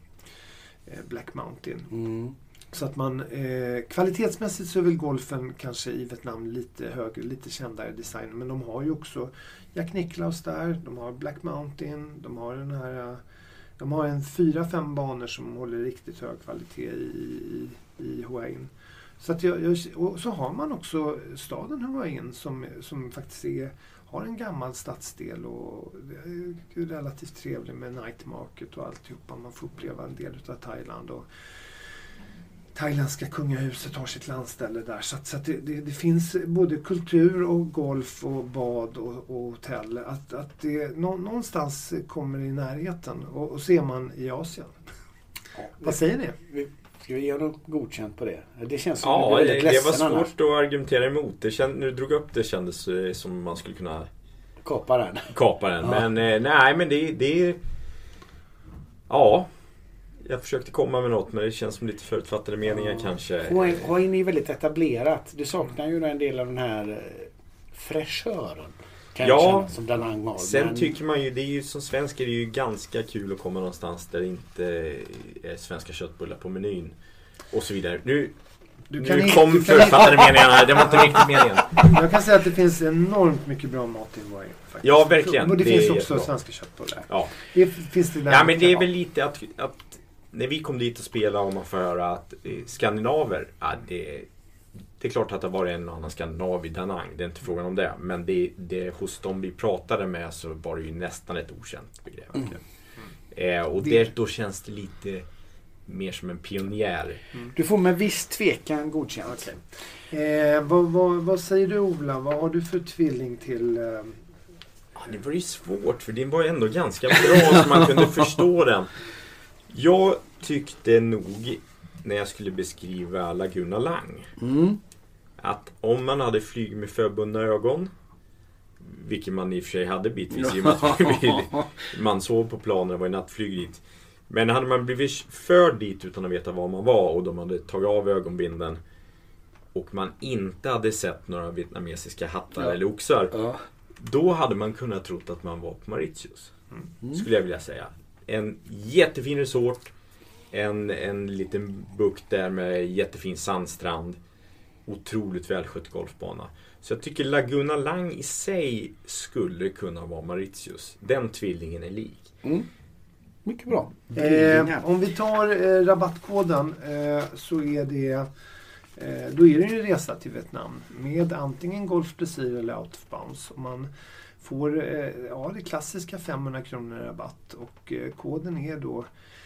Black Mountain. Mm. Så att man kvalitetsmässigt så är väl golfen kanske i Vietnam lite högre, lite kändare design. Men de har ju också Jack Nicklaus där, de har Black Mountain, de har de har 4-5 banor som håller riktigt hög kvalitet i Hua Hin. Så att och så har man också staden Hua Hin som faktiskt har en gammal stadsdel och det är relativt trevligt med night market och alltihopa. Man får uppleva en del av Thailand och thailändska kungahuset har sitt landställe där. Så att det finns både kultur och golf och bad och hotell. Att det någonstans kommer i närheten och ser man i Asien. Ja, vad säger ni? Ska vi ge något godkänt på det? Det känns som det var svårt annars. Att argumentera emot. När du drog upp det kändes som man skulle kunna kapa den. Ja. Men nej, men det är... Ja, jag försökte komma med något, men det känns som lite förutfattade meningar kanske. Hawaiian är väldigt etablerat. Du saknar ju en del av den här fräschören. Ja, som Da Nang har. Sen tycker man ju, det är ju som svensk är det ju ganska kul att komma någonstans där det inte är svenska köttbullar på menyn och så vidare. Nu kom författade meningarna, det var inte riktigt meningen. Jag kan säga att det finns enormt mycket bra mat i Hawaii faktiskt. Ja, verkligen. Och det finns också svenska köttbullar. Ja. Finns det där. Ja, men det är väl lite att när vi kom dit och spelade och man får höra att skandinaver, det är klart att det var en annan skandinav i Da Nang, det är inte frågan om det. Men det hos dem vi pratade med så var det ju nästan ett okänt begrepp. Och då känns det lite mer som en pionjär. Du får med viss tvekan godkänt. Okay. Vad säger du, Ola? Vad har du för tvilling till... Det var ju svårt för det var ändå ganska bra så man kunde förstå den. Jag tyckte nog när jag skulle beskriva Laguna Lang att om man hade flyg med förbundna ögon, vilket man i och för sig hade bitvis i och med att man sov på planen, var i nattflyg dit. Men hade man blivit för dit utan att veta var man var och de hade tagit av ögonbinden och man inte hade sett några vietnamesiska hattar eller oxar, då hade man kunnat trott att man var på Mauritius. Skulle jag vilja säga. En jättefin resort, en liten bukt där med jättefin sandstrand, otroligt välskött golfbana. Så jag tycker Laguna Lang i sig skulle kunna vara Mauritius. Den tvillingen är lik. Mycket bra. Om vi tar rabattkoden så är det då är det en resa till Vietnam med antingen Golf Desir eller Out of Bounds. Och man får det klassiska 500 kronor rabatt och koden är då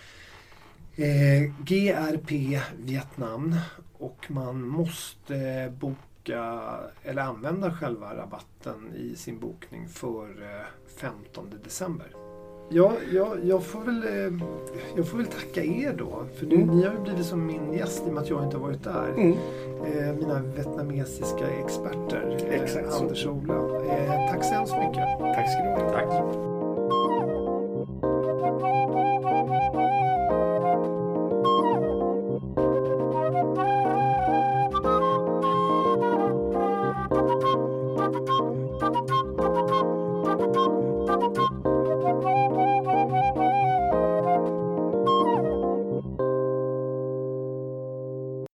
GRP Vietnam och man måste boka eller använda själva rabatten i sin bokning för 15 december. Jag får väl tacka er då. För ni har ju blivit som min gäst i och med att jag inte har varit där. Mina vietnamesiska experter. Anders och Ola. Tack så hemskt mycket. Tack ska du ha. Tack.